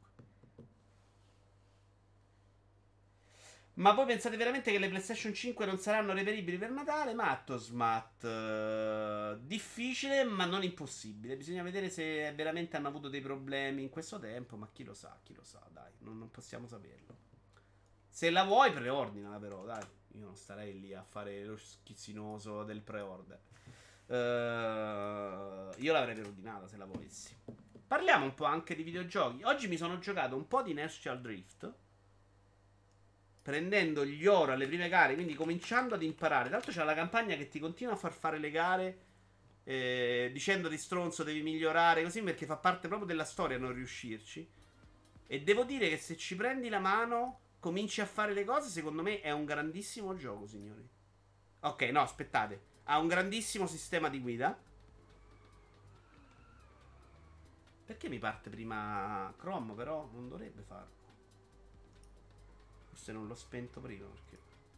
Ma voi pensate veramente che le PlayStation cinque non saranno reperibili per Natale? Matto Smat. eh, difficile, ma non impossibile. Bisogna vedere se veramente hanno avuto dei problemi in questo tempo. Ma chi lo sa, chi lo sa, dai, non, non possiamo saperlo. Se la vuoi, preordinala, però, dai. Io non starei lì a fare lo schizzinoso del pre-order. Uh, io l'avrei preordinata se la volessi. Parliamo un po' anche di videogiochi. Oggi mi sono giocato un po' di Inertial Drift. Prendendo gli oro alle prime gare, quindi cominciando ad imparare. Tra l'altro c'è la campagna che ti continua a far fare le gare eh, dicendoti stronzo devi migliorare così, perché fa parte proprio della storia non riuscirci. E devo dire che se ci prendi la mano, cominci a fare le cose, secondo me è un grandissimo gioco, signori. Ok, no, aspettate. Ha un grandissimo sistema di guida. Perché mi parte prima Chrome, però non dovrebbe farlo. Forse non l'ho spento prima perché...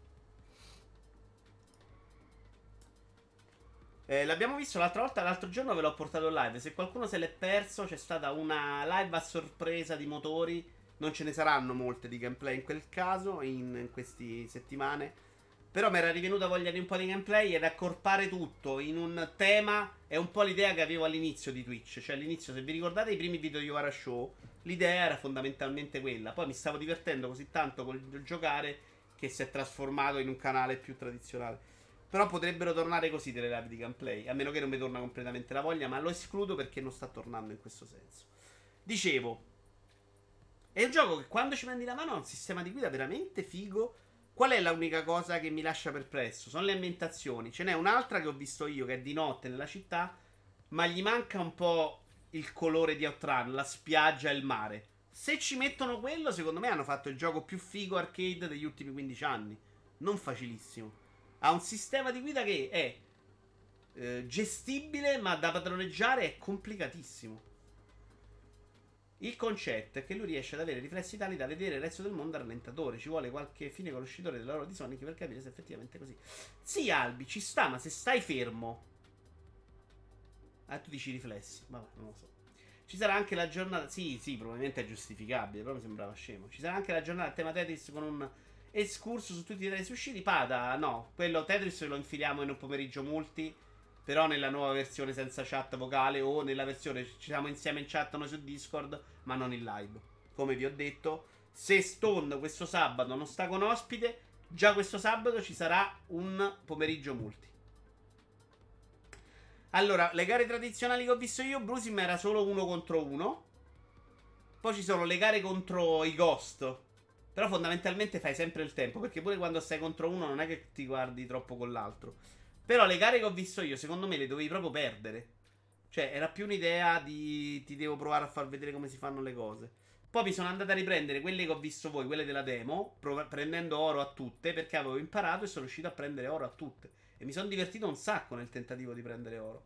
Eh, l'abbiamo visto l'altra volta, l'altro giorno ve l'ho portato live. Se qualcuno se l'è perso, c'è stata una live a sorpresa di motori. Non ce ne saranno molte di gameplay in quel caso, in, in queste settimane. Però mi era rivenuta voglia di un po' di gameplay ed accorpare tutto in un tema. È un po' l'idea che avevo all'inizio di Twitch. Cioè all'inizio, se vi ricordate i primi video di Yovara Show, l'idea era fondamentalmente quella. Poi mi stavo divertendo così tanto col giocare che si è trasformato in un canale più tradizionale. Però potrebbero tornare così delle live di gameplay. A meno che non mi torna completamente la voglia, ma lo escludo perché non sta tornando in questo senso. Dicevo, è un gioco che quando ci prendi la mano ha un sistema di guida veramente figo. Qual è l'unica cosa che mi lascia perplesso? Sono le ambientazioni. Ce n'è un'altra che ho visto io, che è di notte nella città, ma gli manca un po' il colore di Outrun, la spiaggia e il mare. Se ci mettono quello, secondo me hanno fatto il gioco più figo arcade degli ultimi quindici anni. Non facilissimo. Ha un sistema di guida che è eh, gestibile, ma da padroneggiare è complicatissimo. Il concetto è che lui riesce ad avere riflessi tali da vedere il resto del mondo a rallentatore. Ci vuole qualche fine conoscitore del lavoro di Sonic per capire se effettivamente è così. Sì, Albi, ci sta, ma se stai fermo... Ah, tu dici riflessi. Vabbè, non lo so. Ci sarà anche la giornata... Sì, sì, probabilmente è giustificabile, però mi sembrava scemo. Ci sarà anche la giornata a tema Tetris con un... escurso su tutti i Tetris usciti. Pada, no, quello Tetris lo infiliamo in un pomeriggio multi, però nella nuova versione senza chat vocale o nella versione ci siamo insieme in chat noi su Discord, ma non in live. Come vi ho detto, se Stone questo sabato non sta con ospite, già questo sabato ci sarà un pomeriggio multi. Allora, le gare tradizionali che ho visto io, Brusim era solo uno contro uno. Poi ci sono le gare contro i Ghost. Però fondamentalmente fai sempre il tempo, perché pure quando stai contro uno non è che ti guardi troppo con l'altro. Però le gare che ho visto io, secondo me le dovevi proprio perdere. Cioè, era più un'idea di ti devo provare a far vedere come si fanno le cose. Poi mi sono andato a riprendere quelle che ho visto voi, quelle della demo, prov- prendendo oro a tutte, perché avevo imparato e sono riuscito a prendere oro a tutte. E mi sono divertito un sacco nel tentativo di prendere oro.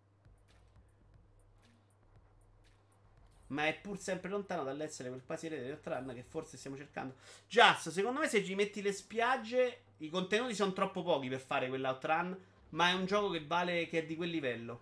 Ma è pur sempre lontano dall'essere quel quasi erede di Outrun che forse stiamo cercando. Just, secondo me se ci metti le spiagge, i contenuti sono troppo pochi per fare quell'Outrun, ma è un gioco che vale, che è di quel livello.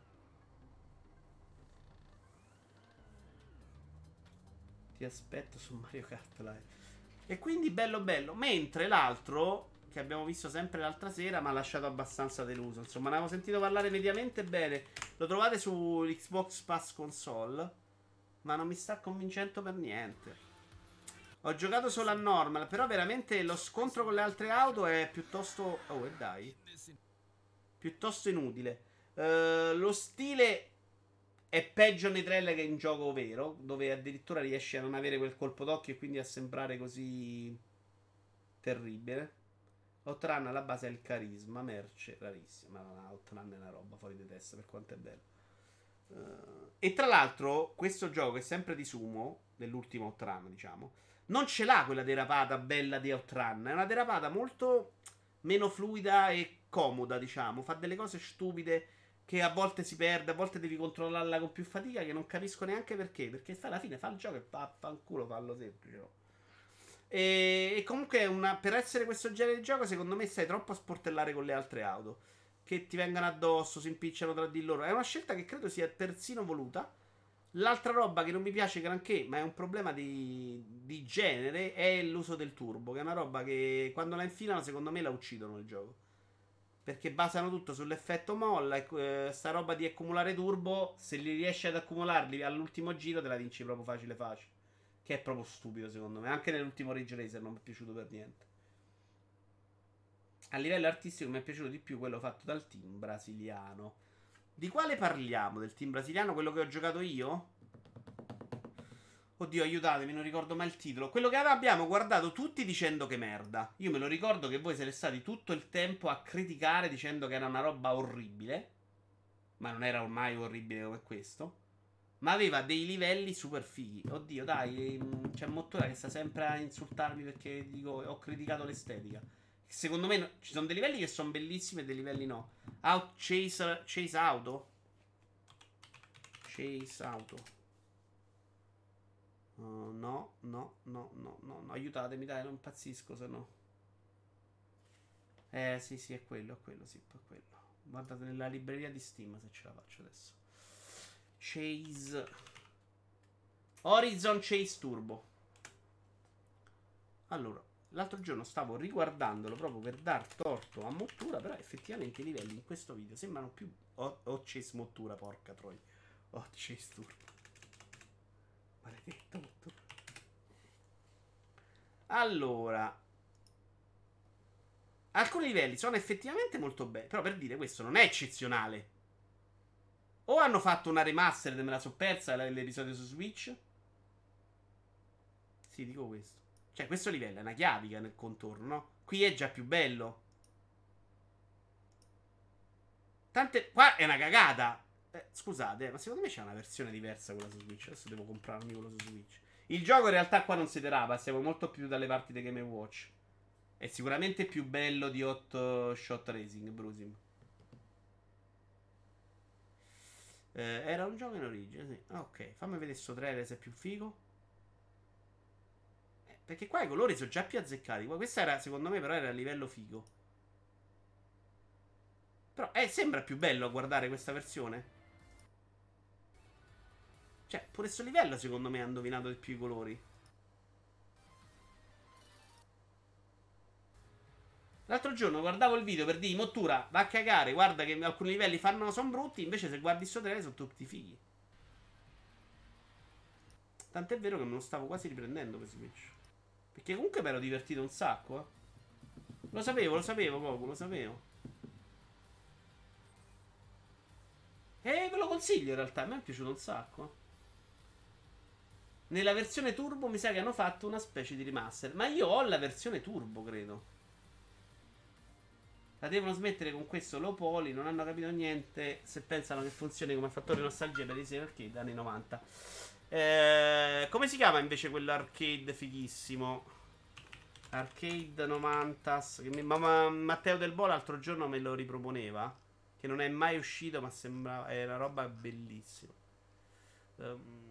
Ti aspetto su Mario Kart Live. E quindi bello bello. Mentre l'altro, che abbiamo visto sempre l'altra sera, mi ha lasciato abbastanza deluso. Insomma, ne avevo sentito parlare mediamente bene. Lo trovate su Xbox Pass Console, ma non mi sta convincendo per niente. Ho giocato solo a normal, però veramente lo scontro con le altre auto è piuttosto... Oh, e dai. Piuttosto inutile. Uh, lo stile è peggio nei trailer che in gioco vero, dove addirittura riesci a non avere quel colpo d'occhio e quindi a sembrare così terribile. Outrun alla base è il carisma, merce rarissima. Ma Outrun è una roba fuori di testa per quanto è bello. Uh, e tra l'altro, questo gioco è sempre di Sumo, dell'ultimo Outrun, diciamo. Non ce l'ha quella derapata bella di Outrun. È una derapata molto meno fluida e comoda, diciamo. Fa delle cose stupide che a volte si perde, a volte devi controllarla con più fatica, che non capisco neanche perché. Perché alla fine fa il gioco e fa, fa un culo, fallo semplice. No? E, e comunque una, per essere questo genere di gioco, secondo me stai troppo a sportellare con le altre auto. Che ti vengano addosso, si impicciano tra di loro. È una scelta che credo sia persino voluta. L'altra roba che non mi piace granché, ma è un problema di, di genere, è l'uso del turbo. Che è una roba che quando la infilano, secondo me la uccidono il gioco. Perché basano tutto sull'effetto molla. E eh, sta roba di accumulare turbo, se li riesci ad accumularli all'ultimo giro, te la vinci proprio facile facile. Che è proprio stupido, secondo me. Anche nell'ultimo Ridge Racer non mi è piaciuto per niente. A livello artistico mi è piaciuto di più quello fatto dal team brasiliano. Di quale parliamo? Del team brasiliano? Quello che ho giocato io? Oddio, aiutatemi, non ricordo mai il titolo. Quello che abbiamo guardato tutti dicendo che merda. Io me lo ricordo che voi siete stati tutto il tempo a criticare dicendo che era una roba orribile. Ma non era ormai orribile come questo. Ma aveva dei livelli super fighi. Oddio, dai, c'è Mottura che sta sempre a insultarmi perché dico ho criticato l'estetica. Secondo me no, ci sono dei livelli che sono bellissimi e dei livelli no. Out Chase, Chase Auto. Chase Auto. Uh, no, no, no, no, no, no. Aiutatemi, dai, non impazzisco se no. Eh, sì, sì, è quello, è quello, sì, è quello. Guardate nella libreria di Steam se ce la faccio adesso. Chase. Horizon Chase Turbo. Allora, l'altro giorno stavo riguardandolo proprio per dar torto a Mottura, però effettivamente i livelli in questo video sembrano più... Ho, ho Chase Mottura, porca troia. Ho Chase Turbo. Maledetto Mottura. Allora, alcuni livelli sono effettivamente molto belli, però per dire questo non è eccezionale. O hanno fatto una remastered e me la so persa l'episodio su Switch. Sì, dico questo. Cioè, questo livello è una chiavica nel contorno, no? Qui è già più bello. Tante... Qua è una cagata. Eh, scusate, ma secondo me c'è una versione diversa quella su Switch. Adesso devo comprarmi quello su Switch. Il gioco in realtà qua non si derapa. Siamo molto più dalle parti di Game Watch. È sicuramente più bello di Hot Shot Racing, Brusim. Eh, era un gioco in origine, sì. Ok, fammi vedere sto trailer se è più figo. Eh, perché qua i colori sono già più azzeccati. Questa era, secondo me, però era a livello figo. Però eh, sembra più bello a guardare questa versione. Cioè, pure questo livello, secondo me, ha indovinato di più i colori. L'altro giorno guardavo il video per dire, Mottura, va a cagare, guarda che alcuni livelli fanno, sono brutti, invece se guardi sto trailer sono tutti fighi. Tant'è vero che me lo stavo quasi riprendendo per Switch. Perché comunque mi ero divertito un sacco, eh. Lo sapevo, lo sapevo poco, lo sapevo. E ve lo consiglio in realtà, a me è piaciuto un sacco. Nella versione turbo mi sa che hanno fatto una specie di remaster. Ma io ho la versione turbo, credo. La devono smettere con questo low poly. Non hanno capito niente se pensano che funzioni come fattore nostalgia per i sei arcade anni novanta. Eh, come si chiama invece quell'arcade fighissimo? Arcade novanta. Che mi, ma, ma, Matteo Del Bo l'altro giorno me lo riproponeva. Che non è mai uscito, ma sembra. È una roba bellissima. Um,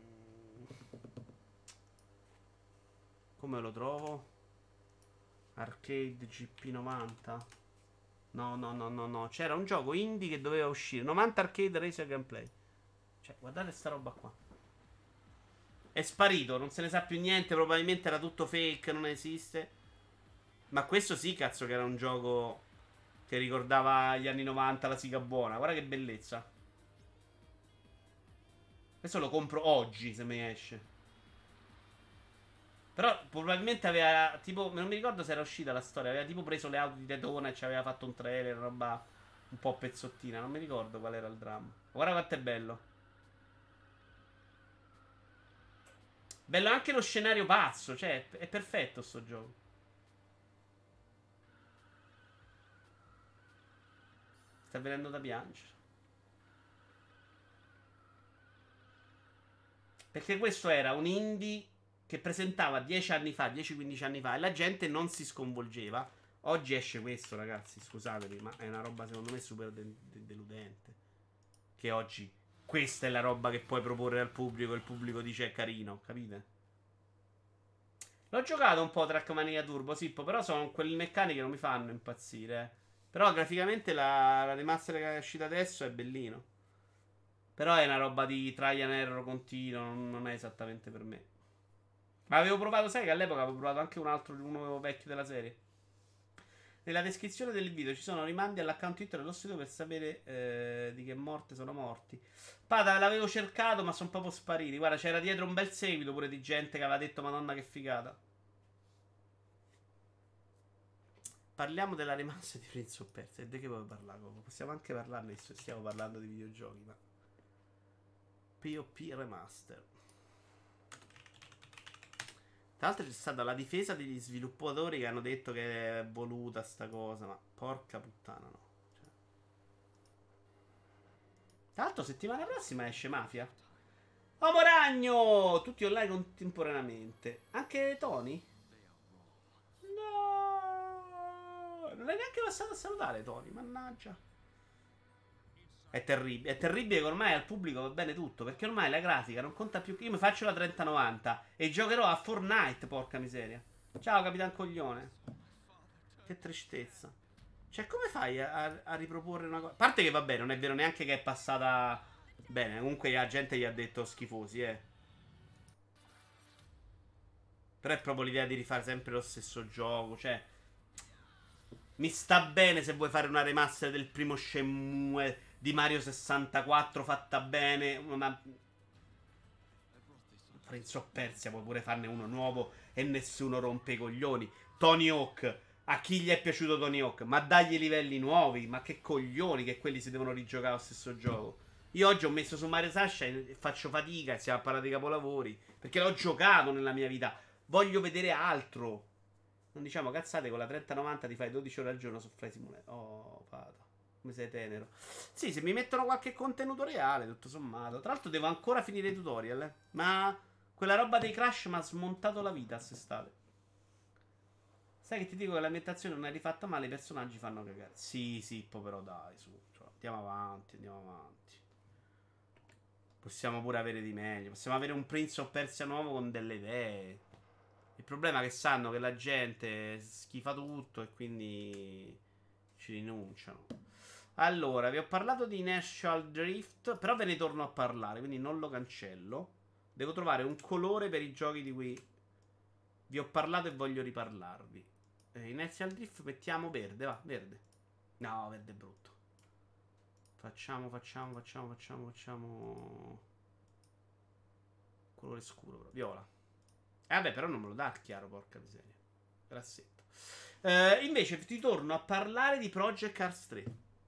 come lo trovo? Arcade G P novanta. No, no, no, no, no. C'era un gioco indie che doveva uscire. novanta Arcade Racer Gameplay. Cioè, guardate sta roba qua. È sparito, non se ne sa più niente. Probabilmente era tutto fake, non esiste. Ma questo sì, cazzo, che era un gioco che ricordava gli anni novanta, la siga buona. Guarda che bellezza. Questo lo compro oggi se mi esce. Però probabilmente aveva tipo. Non mi ricordo se era uscita la storia. Aveva tipo preso le auto di Daytona e ci aveva fatto un trailer, roba un po' pezzottina. Non mi ricordo qual era il dramma. Guarda quanto è bello. Bello anche lo scenario pazzo. Cioè, è perfetto sto gioco. Sta venendo da piangere. Perché questo era un indie che presentava dieci anni fa, dieci quindici anni fa e la gente non si sconvolgeva. Oggi esce questo, ragazzi, scusatemi, ma è una roba secondo me super de- de- deludente. Che oggi questa è la roba che puoi proporre al pubblico e il pubblico dice è carino, capite? L'ho giocato un po' Trackmania Turbo, Sippo, però sono quelle meccaniche che non mi fanno impazzire. eh. Però graficamente la, la remaster che è uscita adesso è bellino. Però è una roba di try and error continuo, non, non è esattamente per me. Ma avevo provato, sai che all'epoca avevo provato anche un altro, uno vecchio della serie. Nella descrizione del video ci sono rimandi all'account Twitter dello studio per sapere eh, di che morte sono morti. Pada, l'avevo cercato, ma sono proprio spariti. Guarda, c'era dietro un bel seguito pure di gente che aveva detto: Madonna, che figata. Parliamo della remaster di Prince of Persia. E di che vuoi parlare? Possiamo anche parlarne, se stiamo parlando di videogiochi, ma. P O P Remaster. Tra l'altro c'è stata la difesa degli sviluppatori che hanno detto che è voluta sta cosa, ma porca puttana no. Cioè. Tra l'altro settimana prossima esce Mafia. Uomo Ragno! Tutti online contemporaneamente. Anche Tony? No! Non è neanche passato a salutare Tony, mannaggia. È terribile. È terribile che ormai al pubblico va bene tutto. Perché ormai la grafica non conta più. Io mi faccio la trenta novanta e giocherò a Fortnite, porca miseria. Ciao, Capitan Coglione. Che tristezza. Cioè, come fai a, a- a riproporre una cosa? A parte che vabbè, non è vero neanche che è passata bene. Comunque la gente gli ha detto schifosi, eh. Però è proprio l'idea di rifare sempre lo stesso gioco. Cioè, mi sta bene se vuoi fare una remaster del primo Shenmue di Mario sessantaquattro fatta bene. Ma Prince of Persia puoi pure farne uno nuovo e nessuno rompe i coglioni. Tony Hawk. A chi gli è piaciuto Tony Hawk? Ma dagli livelli nuovi. Ma che coglioni che quelli si devono rigiocare lo stesso gioco. Io oggi ho messo su Mario Sunshine e faccio fatica e stiamo a parlare di capolavori. Perché l'ho giocato nella mia vita. Voglio vedere altro. Non diciamo cazzate, con la trenta novanta ti fai dodici ore al giorno su Fly Simulator. Oh, pata. Come sei tenero. Sì, se mi mettono qualche contenuto reale, tutto sommato. Tra l'altro devo ancora finire i tutorial, eh. Ma quella roba dei crash mi ha smontato la vita quest'estate. Sai che ti dico che l'ambientazione non è rifatta male, i personaggi fanno cagare. Sì, sì, po' però dai, su. Cioè, andiamo avanti, andiamo avanti. Possiamo pure avere di meglio. Possiamo avere un Prince of Persia nuovo con delle idee. Il problema è che sanno che la gente schifa tutto e quindi ci rinunciano. Allora, vi ho parlato di National Drift, però ve ne torno a parlare, quindi non lo cancello. Devo trovare un colore per i giochi di cui vi ho parlato e voglio riparlarvi. Eh, in National Drift mettiamo verde, va, verde. No, verde è brutto. Facciamo, facciamo, facciamo, facciamo, facciamo... colore scuro, però. Viola. Eh, vabbè, però non me lo dà chiaro, porca miseria. Grassetto. Eh, invece ti torno a parlare di Project Cars tre.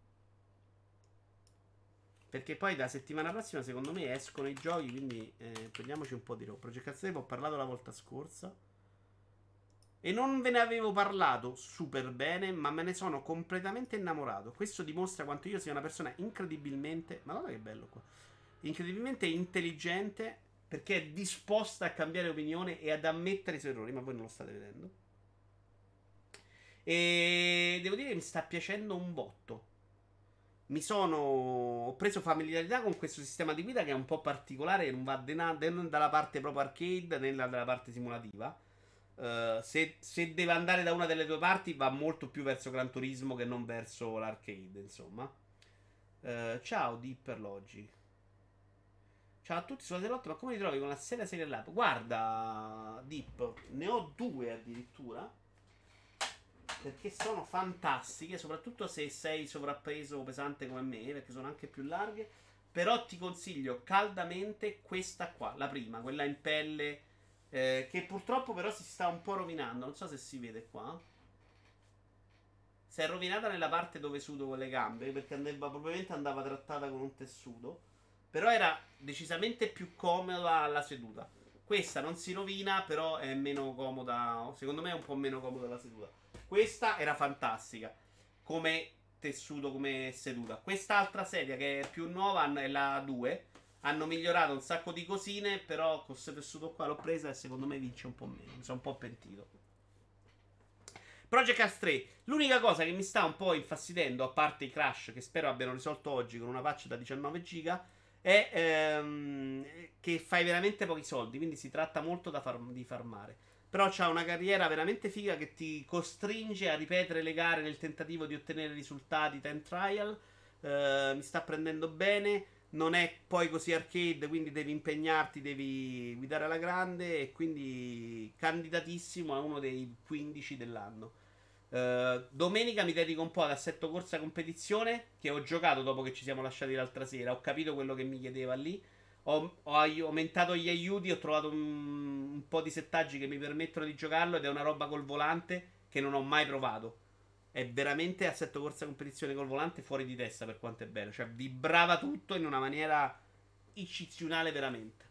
Perché poi da settimana prossima, secondo me, escono i giochi. Quindi eh, prendiamoci un po' di roba. Project Cars tre, vi ho parlato la volta scorsa. E non ve ne avevo parlato super bene, ma me ne sono completamente innamorato. Questo dimostra quanto io sia una persona incredibilmente... Madonna che bello qua. Incredibilmente intelligente, perché è disposta a cambiare opinione e ad ammettere i suoi errori, ma voi non lo state vedendo. E devo dire che mi sta piacendo un botto. Mi sono... Ho preso familiarità con questo sistema di guida che è un po' particolare, che non va né dalla parte proprio arcade né dalla parte simulativa. Uh, se, se deve andare da una delle due parti, va molto più verso Gran Turismo che non verso l'arcade, insomma. Uh, ciao, Dipper Logi. Ciao a tutti, sono Zelotto, ma come ti trovi con la serie serie lab? Guarda, Deep, ne ho due addirittura. Perché sono fantastiche, soprattutto se sei sovrappeso o pesante come me, perché sono anche più larghe. Però ti consiglio caldamente questa qua, la prima, quella in pelle, eh, che purtroppo però si sta un po' rovinando. Non so se si vede qua. Si è rovinata nella parte dove sudo con le gambe, perché andava, probabilmente andava trattata con un tessuto. Però era decisamente più comoda alla seduta. Questa non si rovina, però è meno comoda. Secondo me è un po' meno comoda la seduta. Questa era fantastica come tessuto, come seduta. Quest'altra sedia che è più nuova è la due. Hanno migliorato un sacco di cosine, però con questo tessuto qua l'ho presa e secondo me vince un po' meno. Mi sono un po' pentito. Project Cars tre. L'unica cosa che mi sta un po' infastidendo, a parte i crash che spero abbiano risolto oggi con una patch da diciannove giga, è ehm, che fai veramente pochi soldi. Quindi si tratta molto da far- di farmare. Però c'ha una carriera veramente figa che ti costringe a ripetere le gare nel tentativo di ottenere risultati time trial. Eh, mi sta prendendo bene. Non è poi così arcade, quindi devi impegnarti, devi guidare alla grande. E quindi candidatissimo a uno dei quindici dell'anno. Eh, domenica mi dedico un po' ad assetto corsa competizione, che ho giocato dopo che ci siamo lasciati l'altra sera. Ho capito quello che mi chiedeva lì. Ho, ho ai- aumentato gli aiuti, ho trovato un, un po' di settaggi che mi permettono di giocarlo ed è una roba col volante che non ho mai provato. È veramente assetto corsa competizione col volante fuori di testa per quanto è bello. Cioè vibrava tutto in una maniera eccezionale veramente.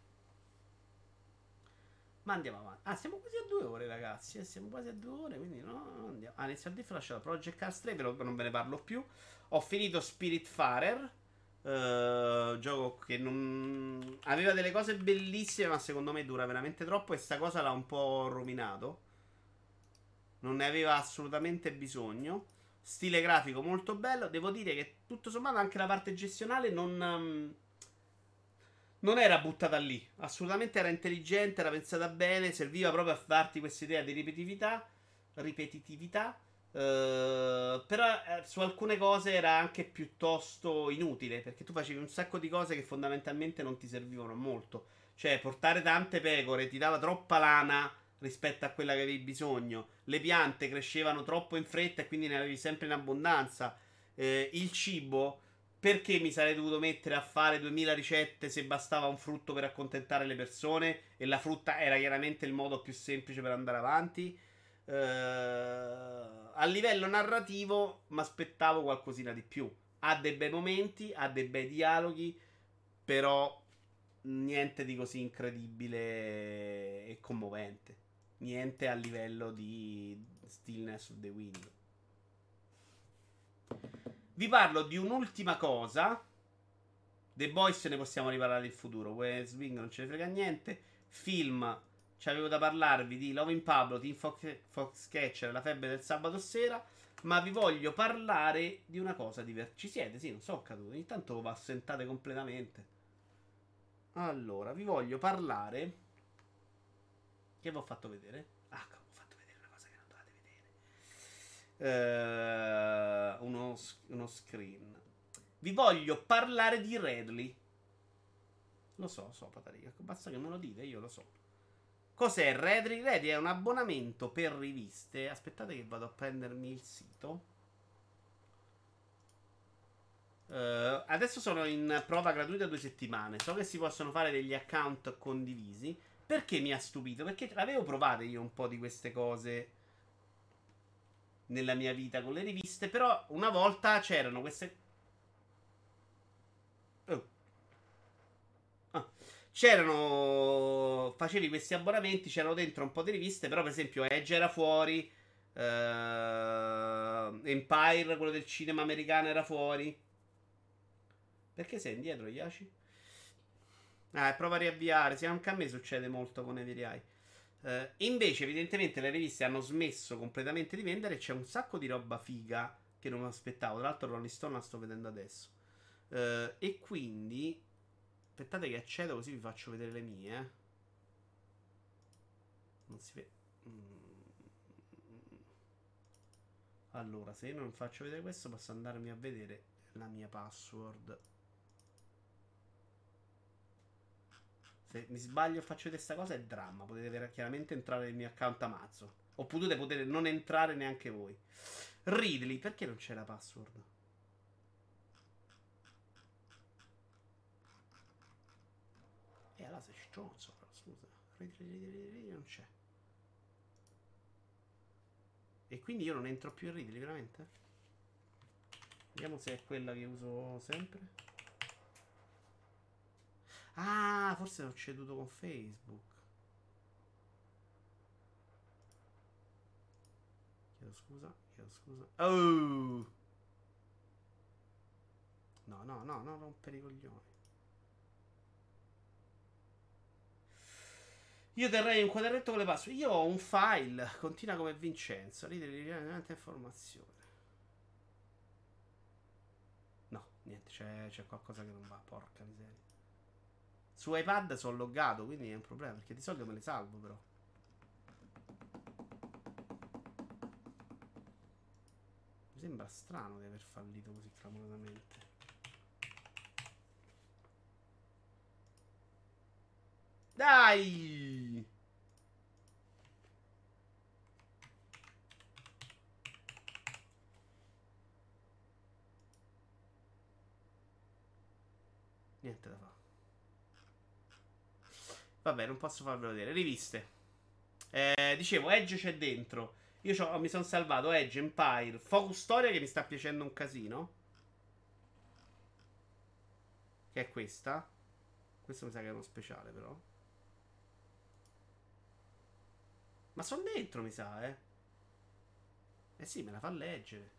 Ma andiamo avanti. Ah, siamo quasi a due ore, ragazzi. Eh, siamo quasi a due ore, quindi no, no, andiamo. Ah, inizio a dire, ho lasciato Project Cars tre, però non ve ne parlo più. Ho finito Spiritfarer. Uh, gioco che non aveva delle cose bellissime, ma secondo me dura veramente troppo. E sta cosa l'ha un po' rovinato. Non ne aveva assolutamente bisogno. stile grafico molto bello. Devo dire che tutto sommato anche la parte gestionale non, um, non era buttata lì. Assolutamente era intelligente, era pensata bene, serviva proprio a darti questa idea di ripetitività. Ripetitività. Eh, però eh, su alcune cose era anche piuttosto inutile perché tu facevi un sacco di cose che fondamentalmente non ti servivano molto. Cioè, portare tante pecore ti dava troppa lana rispetto a quella che avevi bisogno. Le piante crescevano troppo in fretta e quindi ne avevi sempre in abbondanza. Eh, il cibo, perché mi sarei dovuto mettere a fare duemila ricette se bastava un frutto per accontentare le persone e la frutta era chiaramente il modo più semplice per andare avanti. Eh, a livello narrativo mi aspettavo qualcosina di più. Ha dei bei momenti, ha dei bei dialoghi, però niente di così incredibile e commovente. Niente a livello di Stillness of the Wind. Vi parlo di un'ultima cosa. The Boys ne possiamo riparlare in futuro. West Wing non ce ne frega niente. Film. Ci avevo da parlarvi di Love in Pablo, Team Fox, Foxcatcher, La febbre del sabato sera. Ma vi voglio parlare di una cosa diversa. Ci siete? Sì, non so caduto. Intanto vi assentate completamente. Allora, vi voglio parlare. Che vi ho fatto vedere? Ah, che ho fatto vedere una cosa che non dovete vedere. Eh, uno, uno screen. Vi voglio parlare di Redley. Lo so, so, Patarica. Basta che me lo dite, io lo so. Cos'è Redley? Redley è un abbonamento per riviste. Aspettate che vado a prendermi il sito. Uh, adesso sono in prova gratuita due settimane. So che si possono fare degli account condivisi. Perché mi ha stupito? Perché avevo provato io un po' di queste cose nella mia vita con le riviste. Però una volta c'erano queste. Oh. Ah. C'erano. Facevi questi abbonamenti. C'erano dentro un po' di riviste. Però, per esempio, Edge era fuori. Uh, Empire, quello del cinema americano, era fuori. Perché sei indietro, Yashi? Ah, prova a riavviare. Sì, anche a me succede molto con Everai. Eh, invece, evidentemente, le riviste hanno smesso completamente di vendere. E c'è un sacco di roba figa che non mi aspettavo. Tra l'altro, Rolling Stone la sto vedendo adesso. Eh, e quindi, aspettate che accedo così vi faccio vedere le mie. Eh. Non si vede. Mm. Allora, se io non faccio vedere questo, posso andarmi a vedere la mia password. Se mi sbaglio e faccio vedere questa cosa è dramma. Potete chiaramente entrare nel mio account Amazon. Oppure potete non entrare neanche voi. Ridley, perché non c'è la password? E allora sei stronzo, però scusa. Ridley, Ridley, Ridley non c'è. E quindi io non entro più in Ridley, veramente? Vediamo se è quella che uso sempre. Ah, forse l'ho ceduto con Facebook. Chiedo scusa, chiedo scusa. Oh! No, no, no, no, rompere i coglioni. Io terrei un quadretto con le password. Io ho un file. Continua come Vincenzo. Ridere di tanta informazione. No, niente, c'è, c'è qualcosa che non va. Porca miseria. Su iPad sono loggato, quindi è un problema. Perché di solito me le salvo, però. Mi sembra strano di aver fallito così clamorosamente. Dai! Niente da fare. Vabbè, non posso farvelo vedere. Riviste. Eh, dicevo, Edge c'è dentro. Io mi sono salvato Edge, Empire, Focus Storia che mi sta piacendo un casino. Che è questa. Questo mi sa che è uno speciale, però. Ma sono dentro, mi sa, eh. Eh sì, me la fa leggere.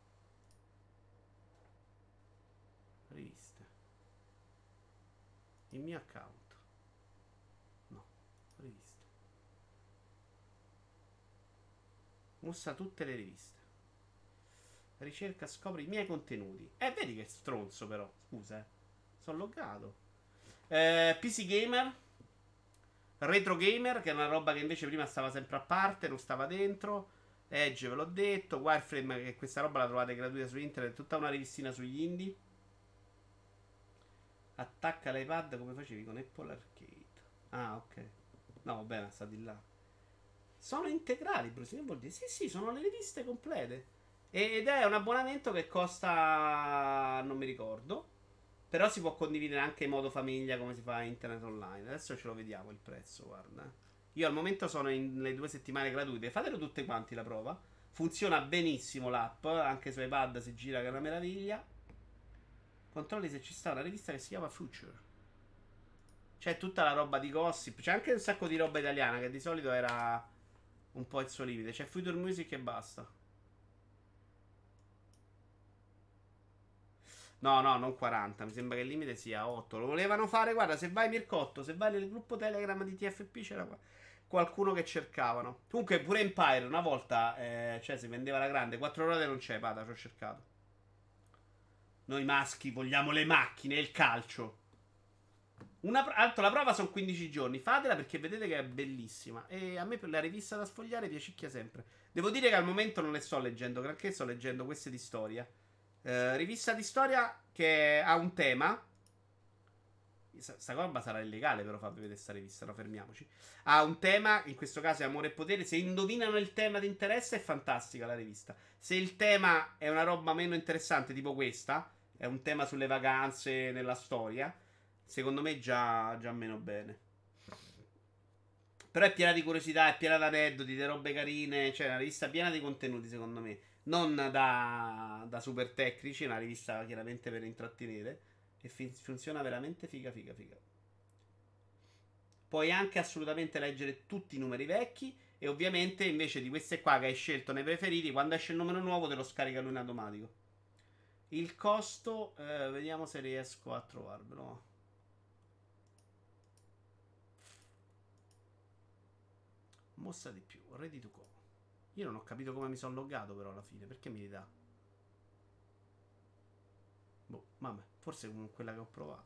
Riviste. Il mio account. No, riviste. Mostra tutte le riviste. Ricerca, scopri i miei contenuti. Eh, vedi che stronzo però. Scusa, eh. Sono loggato. Eh, P C Gamer. Retro Gamer, che è una roba che invece prima stava sempre a parte, non stava dentro. Edge, ve l'ho detto. Wireframe, che questa roba la trovate gratuita su internet. Tutta una rivistina sugli indie. Attacca l'iPad come facevi con Apple Arcade. Ah, ok. No, vabbè, ma sta di là. Sono integrali, Bruce. Che vuol dire? Sì, sì, sono le riviste complete. Ed è un abbonamento che costa. Non mi ricordo. Però si può condividere anche in modo famiglia come si fa internet online. Adesso ce lo vediamo il prezzo, guarda. Io al momento sono in le due settimane gratuite. Fatelo tutte quanti la prova. Funziona benissimo l'app. Anche su iPad si gira che è una meraviglia. Controlli se ci sta una rivista che si chiama Future. C'è tutta la roba di gossip. C'è anche un sacco di roba italiana che di solito era un po' il suo limite. C'è Future Music e basta. No, no, non quaranta. Mi sembra che il limite sia otto. Lo volevano fare, guarda, se vai Mircotto, se vai nel gruppo Telegram di T F P c'era qua- qualcuno che cercavano. Comunque pure Empire una volta, eh, cioè si vendeva la grande. quattro ore non c'è, pata, ci ho cercato. Noi maschi vogliamo le macchine e il calcio. Una, pro- Alto, la prova sono quindici giorni. Fatela perché vedete che è bellissima. E a me per la rivista da sfogliare piacicchia sempre. Devo dire che al momento non le sto leggendo granché, sto leggendo queste di storia. Eh, rivista di storia che ha un tema. Sta roba sarà illegale, però farvi vedere sta rivista. No, fermiamoci. Ha un tema, in questo caso è amore e potere. Se indovinano il tema di interesse, è fantastica la rivista. Se il tema è una roba meno interessante, tipo questa, è un tema sulle vacanze nella storia. Secondo me già, già meno bene. Però è piena di curiosità, è piena di aneddoti, di robe carine. Cioè, è una rivista piena di contenuti, secondo me. Non da, da super tecnici, è una rivista chiaramente per intrattenere. E fin- funziona veramente figa, figa, figa. Puoi anche assolutamente leggere tutti i numeri vecchi. E ovviamente, invece di queste qua che hai scelto nei preferiti, quando esce il numero nuovo te lo scarica lui in automatico. Il costo, eh, vediamo se riesco a trovarvelo. Mostra di più, ready to go. Io non ho capito come mi sono loggato però alla fine, perché mi dà? Boh, vabbè, forse con quella che ho provato.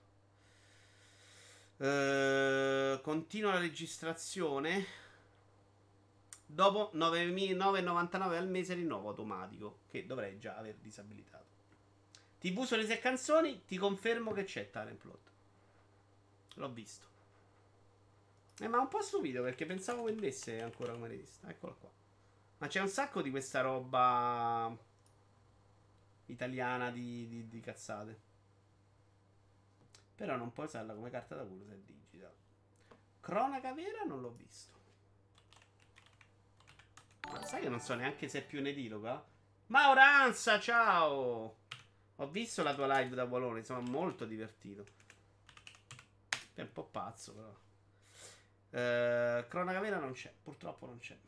Eh, continua la registrazione. Dopo nove virgola novantanove al mese rinnovo automatico, che dovrei già aver disabilitato. T V sulle sei canzoni, ti confermo che c'è Talent Plot. L'ho visto. Eh, ma un po' stupido perché pensavo vendesse ancora come rivista. Eccola qua. Ma c'è un sacco di questa roba italiana di, di, di cazzate. Però non puoi usarla come carta da culo se è digital. Cronaca vera non l'ho visto. Ma sai che non so neanche se è più un'ediloga? Mauranza, ciao! Ho visto la tua live da Bologna, sono molto divertito. È un po' pazzo, però. Eh, cronaca vera non c'è, purtroppo non c'è.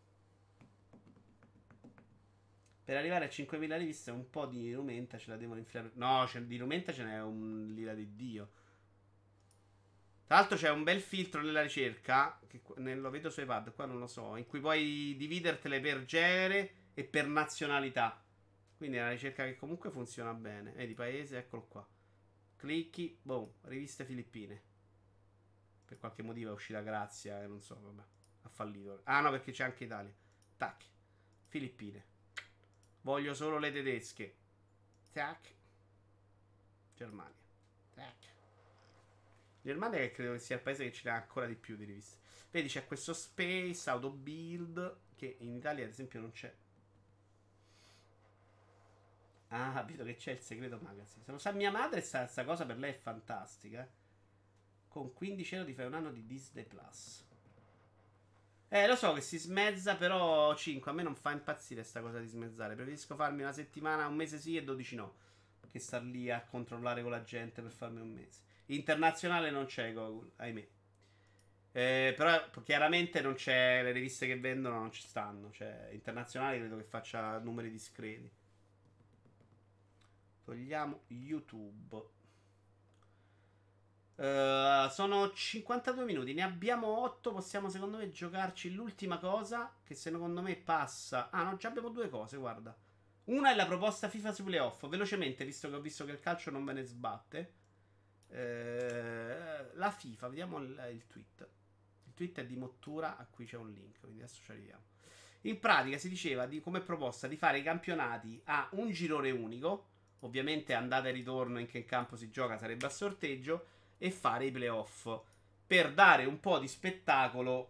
Per arrivare a cinquemila riviste un po' di rumenta ce la devono infilare. No, di rumenta ce n'è un lira di Dio. Tra l'altro c'è un bel filtro nella ricerca, che lo vedo su iPad, qua non lo so, in cui puoi dividertele per genere e per nazionalità. Quindi è una ricerca che comunque funziona bene. Vedi, paese, eccolo qua. Clicchi, boom, riviste filippine. Per qualche motivo è uscita Grazia e non so, vabbè, ha fallito. Ah no, perché c'è anche Italia. Tac, Filippine. Voglio solo le tedesche. Tac. Germania. Tac. Germania che credo che sia il paese che ce n'ha ancora di più di riviste. Vedi, c'è questo Space, Auto Build, che in Italia ad esempio non c'è. Ah, vedo che c'è il segreto magazine. Se lo sa mia madre, sta, sta cosa per lei è fantastica. Con quindici euro ti fai un anno di Disney Plus. Eh, lo so che si smezza, però cinque. A me non fa impazzire sta cosa di smezzare. Preferisco farmi una settimana, un mese sì e dodici no. Che star lì a controllare con la gente per farmi un mese. Internazionale non c'è Google, ahimè. Eh, però chiaramente non c'è. Le riviste che vendono non ci stanno. Cioè, internazionale credo che faccia numeri discreti. Togliamo YouTube. Uh, sono cinquantadue minuti, ne abbiamo otto. Possiamo secondo me giocarci l'ultima cosa. Che secondo me passa. Ah no, già abbiamo due cose, guarda. Una è la proposta FIFA sui playoff. Velocemente, visto che ho visto che il calcio non ve ne sbatte. Eh, la FIFA, vediamo il, il tweet. Il tweet è di Mottura, a cui c'è un link, quindi adesso ci arriviamo. In pratica si diceva di, come proposta di fare i campionati a un girone unico. Ovviamente andata e ritorno in che campo si gioca sarebbe a sorteggio. E fare i playoff per dare un po' di spettacolo.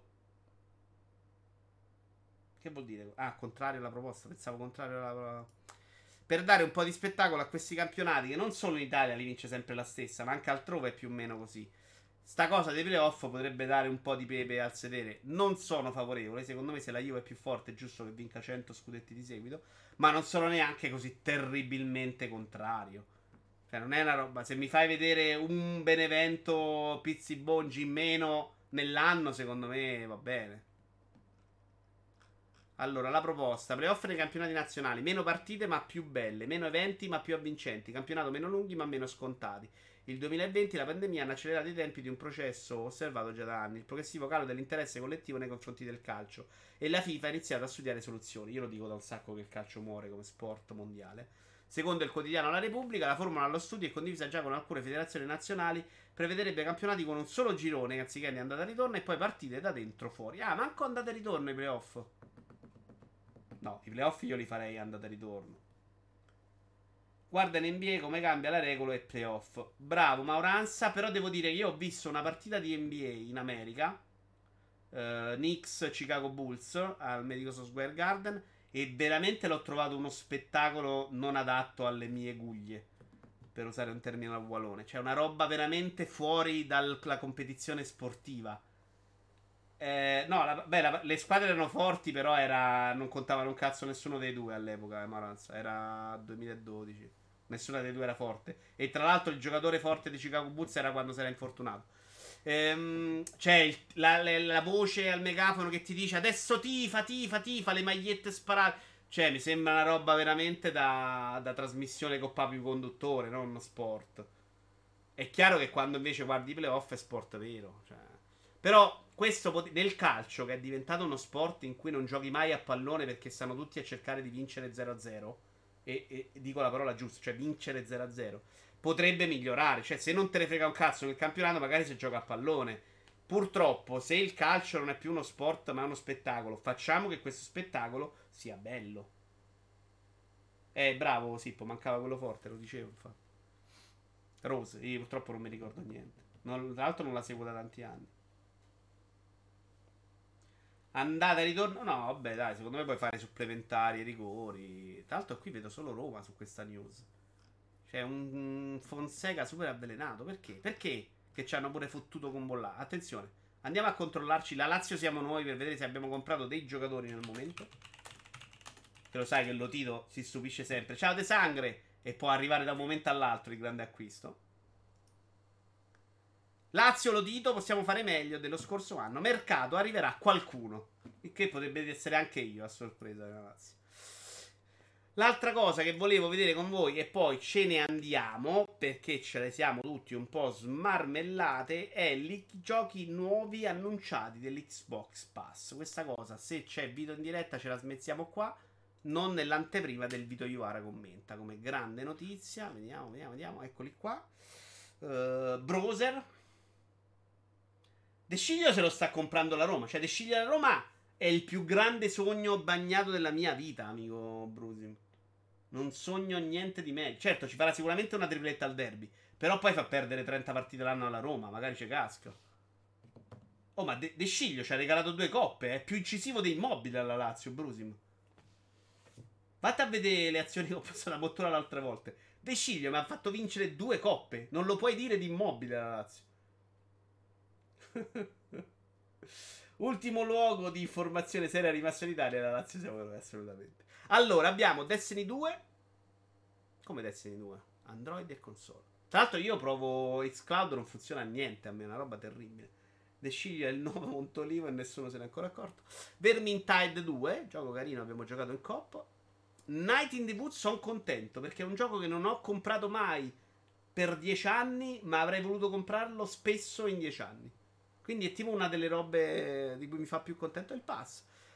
Che vuol dire? Ah, contrario alla proposta. Pensavo contrario alla. Per dare un po' di spettacolo a questi campionati che non solo in Italia li vince sempre la stessa, ma anche altrove è più o meno così. Sta cosa dei playoff potrebbe dare un po' di pepe al sedere. Non sono favorevole. Secondo me, se la Juve è più forte, è giusto che vinca cento scudetti di seguito. Ma non sono neanche così terribilmente contrario. Cioè, non è una roba. Se mi fai vedere un Benevento Pizzi Bongi in meno nell'anno, secondo me va bene. Allora, la proposta: playoff nei campionati nazionali, meno partite ma più belle, meno eventi ma più avvincenti, campionato meno lunghi ma meno scontati. Il duemilaventi la pandemia hanno accelerato i tempi di un processo osservato già da anni, il progressivo calo dell'interesse collettivo nei confronti del calcio, e la FIFA ha iniziato a studiare soluzioni. Io lo dico da un sacco che il calcio muore come sport mondiale. Secondo il quotidiano La Repubblica, la formula allo studio è condivisa già con alcune federazioni nazionali, prevederebbe campionati con un solo girone anziché di andata e ritorno e poi partite da dentro fuori. Ah, manco andata e ritorno i playoff. No, i playoff io li farei andata e ritorno. Guarda in N B A come cambia la regola e playoff. Bravo Mauranza, però devo dire che io ho visto una partita di N B A in America, eh, Knicks Chicago Bulls al Madison Square Garden, e veramente l'ho trovato uno spettacolo non adatto alle mie guglie, per usare un termine napoleone. Cioè una roba veramente fuori dalla competizione sportiva. Eh, no, la- beh, la- le squadre erano forti, però era, non contavano un cazzo nessuno dei due all'epoca, eh, Maranza. Era duemiladodici. Nessuna dei due era forte. E tra l'altro il giocatore forte di Chicago Bulls era quando si era infortunato. Ehm, c'è il- la, la- la voce al megafono che ti dice adesso tifa, tifa, tifa, le magliette sparate. Cioè, mi sembra una roba veramente da, da trasmissione con Papi Conduttore, non uno sport. È chiaro che quando invece guardi i playoff è sport vero. Cioè. Però questo pot- nel calcio, che è diventato uno sport in cui non giochi mai a pallone perché stanno tutti a cercare di vincere zero a zero, e, e- e dico la parola giusta, cioè vincere zero a zero, potrebbe migliorare. Cioè, se non te ne frega un cazzo nel campionato, magari si gioca a pallone. Purtroppo, se il calcio non è più uno sport ma è uno spettacolo, facciamo che questo spettacolo sia bello. Eh, bravo Sippo, mancava quello forte, lo dicevo, infatti. Rose, io purtroppo non mi ricordo niente. Non- tra l'altro non la seguo da tanti anni. Andata e ritorno. No, vabbè, dai, secondo me puoi fare supplementari e rigori. Tra l'altro qui vedo solo Roma su questa news. C'è un Fonseca super avvelenato. Perché? Perché che ci hanno pure fottuto con Bollà. Attenzione, andiamo a controllarci. La Lazio siamo noi per vedere se abbiamo comprato dei giocatori nel momento. Che lo sai che Lotito si stupisce sempre. Ciao De Sangre! E può arrivare da un momento all'altro il grande acquisto. Lazio lo dito, possiamo fare meglio dello scorso anno. Mercato, arriverà qualcuno. Il che potrebbe essere anche io a sorpresa della Lazio. L'altra cosa che volevo vedere con voi, e poi ce ne andiamo perché ce le siamo tutti un po' smarmellate, è i giochi nuovi annunciati dell'Xbox Pass. Questa cosa, se c'è video in diretta, ce la smezziamo qua. Non nell'anteprima del video Iwara commenta. Come grande notizia. Vediamo, vediamo, vediamo. Eccoli qua. Uh, browser. De Sciglio se lo sta comprando la Roma. Cioè, De Sciglio alla Roma è il più grande sogno bagnato della mia vita, amico Brusim. Non sogno niente di meglio. Certo, ci farà sicuramente una tripletta al derby. Però poi fa perdere trenta partite l'anno alla Roma. Magari c'è casco. Oh, ma De, De Sciglio ci ha regalato due coppe. È più incisivo dei Immobili alla Lazio, Brusim. Vatti a vedere le azioni che ho passato la bottola l'altra volta. De Sciglio mi ha fatto vincere due coppe. Non lo puoi dire di Immobile alla Lazio. Ultimo luogo di informazione seria rimasto in Italia. La Lazio siamo noi, assolutamente. Allora, abbiamo Destiny due. Come Destiny due? Android e console. Tra l'altro io provo xCloud, non funziona niente, a me è una roba terribile. The Sciglio è il nuovo Montolivo e nessuno se ne è ancora accorto. Vermintide due, gioco carino, abbiamo giocato in coppa. Night in the Woods sono contento perché è un gioco che non ho comprato mai per dieci anni, ma avrei voluto comprarlo spesso in dieci anni. Quindi è tipo una delle robe di cui mi fa più contento il pass.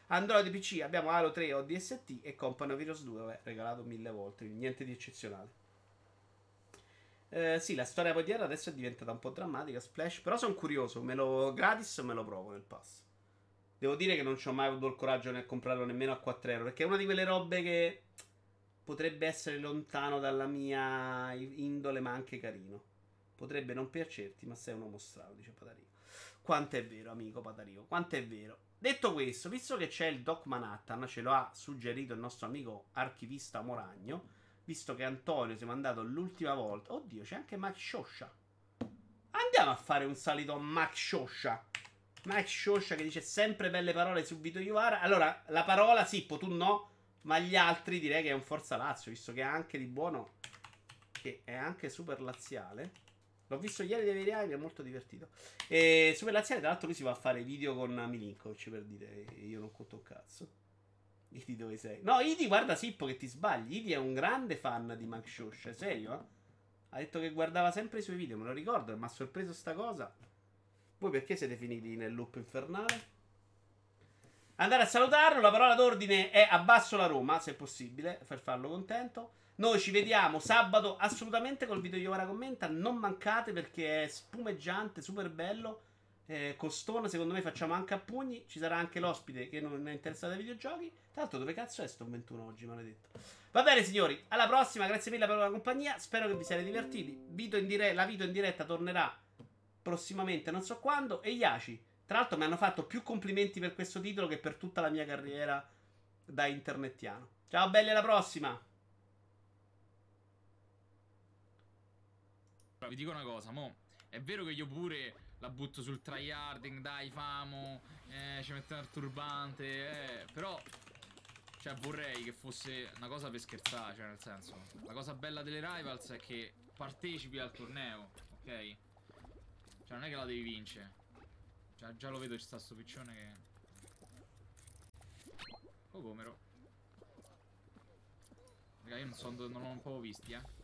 Android P C abbiamo Halo tre o D S T e Company of Heroes due, vabbè, regalato mille volte, niente di eccezionale. Eh, sì, la storia poi di Halo adesso è diventata un po' drammatica, Splash, però sono curioso, me lo gratis me lo provo nel pass. Devo dire che non ci ho mai avuto il coraggio nel comprarlo nemmeno a quattro euro, perché è una di quelle robe che potrebbe essere lontano dalla mia indole, ma anche carino. Potrebbe non piacerti, ma sei un uomo strano, dice Patario. Quanto è vero, amico Patario, quanto è vero. Detto questo, visto che c'è il Doc Manhattan, ce lo ha suggerito il nostro amico archivista Moragno, visto che Antonio si è mandato l'ultima volta. Oddio, c'è anche Max Shosha. Andiamo a fare un salito a Max Shosha. Max Shosha che dice sempre belle parole su Vito Iuvara. Allora, la parola Sippo, tu no, ma gli altri direi che è un Forza Lazio, visto che è anche di buono, che è anche super laziale. L'ho visto ieri dei Verità, mi è molto divertito. E super laziale, tra l'altro lui si va a fare video con Milinkovic, per dire, io non conto un cazzo. Idi dove sei? No, Idi, guarda Sippo che ti sbagli. Idi è un grande fan di Max Shosha, serio, eh? Ha detto che guardava sempre i suoi video, me lo ricordo, mi ha sorpreso sta cosa. Voi perché siete finiti nel loop infernale? Andare a salutarlo, la parola d'ordine è abbasso la Roma, se possibile, per farlo contento. Noi ci vediamo sabato assolutamente col video Iovara commenta, non mancate perché è spumeggiante, super bello, eh, costone, secondo me facciamo anche a pugni, ci sarà anche l'ospite che non è interessato ai videogiochi. Tra l'altro dove cazzo è sto ventuno oggi, maledetto. Va bene signori, alla prossima, grazie mille per la compagnia, spero che vi siate divertiti. Vito in dire- la Vito in diretta tornerà prossimamente, non so quando, e Iaci. Tra l'altro mi hanno fatto più complimenti per questo titolo che per tutta la mia carriera da internettiano. Ciao belli, alla prossima! Vi dico una cosa, mo, è vero che io pure la butto sul tryharding, dai, famo, eh, ci mettiamo il turbante, eh, però, cioè, vorrei che fosse una cosa per scherzare, cioè, nel senso, la cosa bella delle Rivals è che partecipi al torneo, ok? Cioè, non è che la devi vincere. Cioè, già lo vedo, ci sta sto piccione che... Oh, comero. Raga, io non so, non l'ho un po' visti, eh.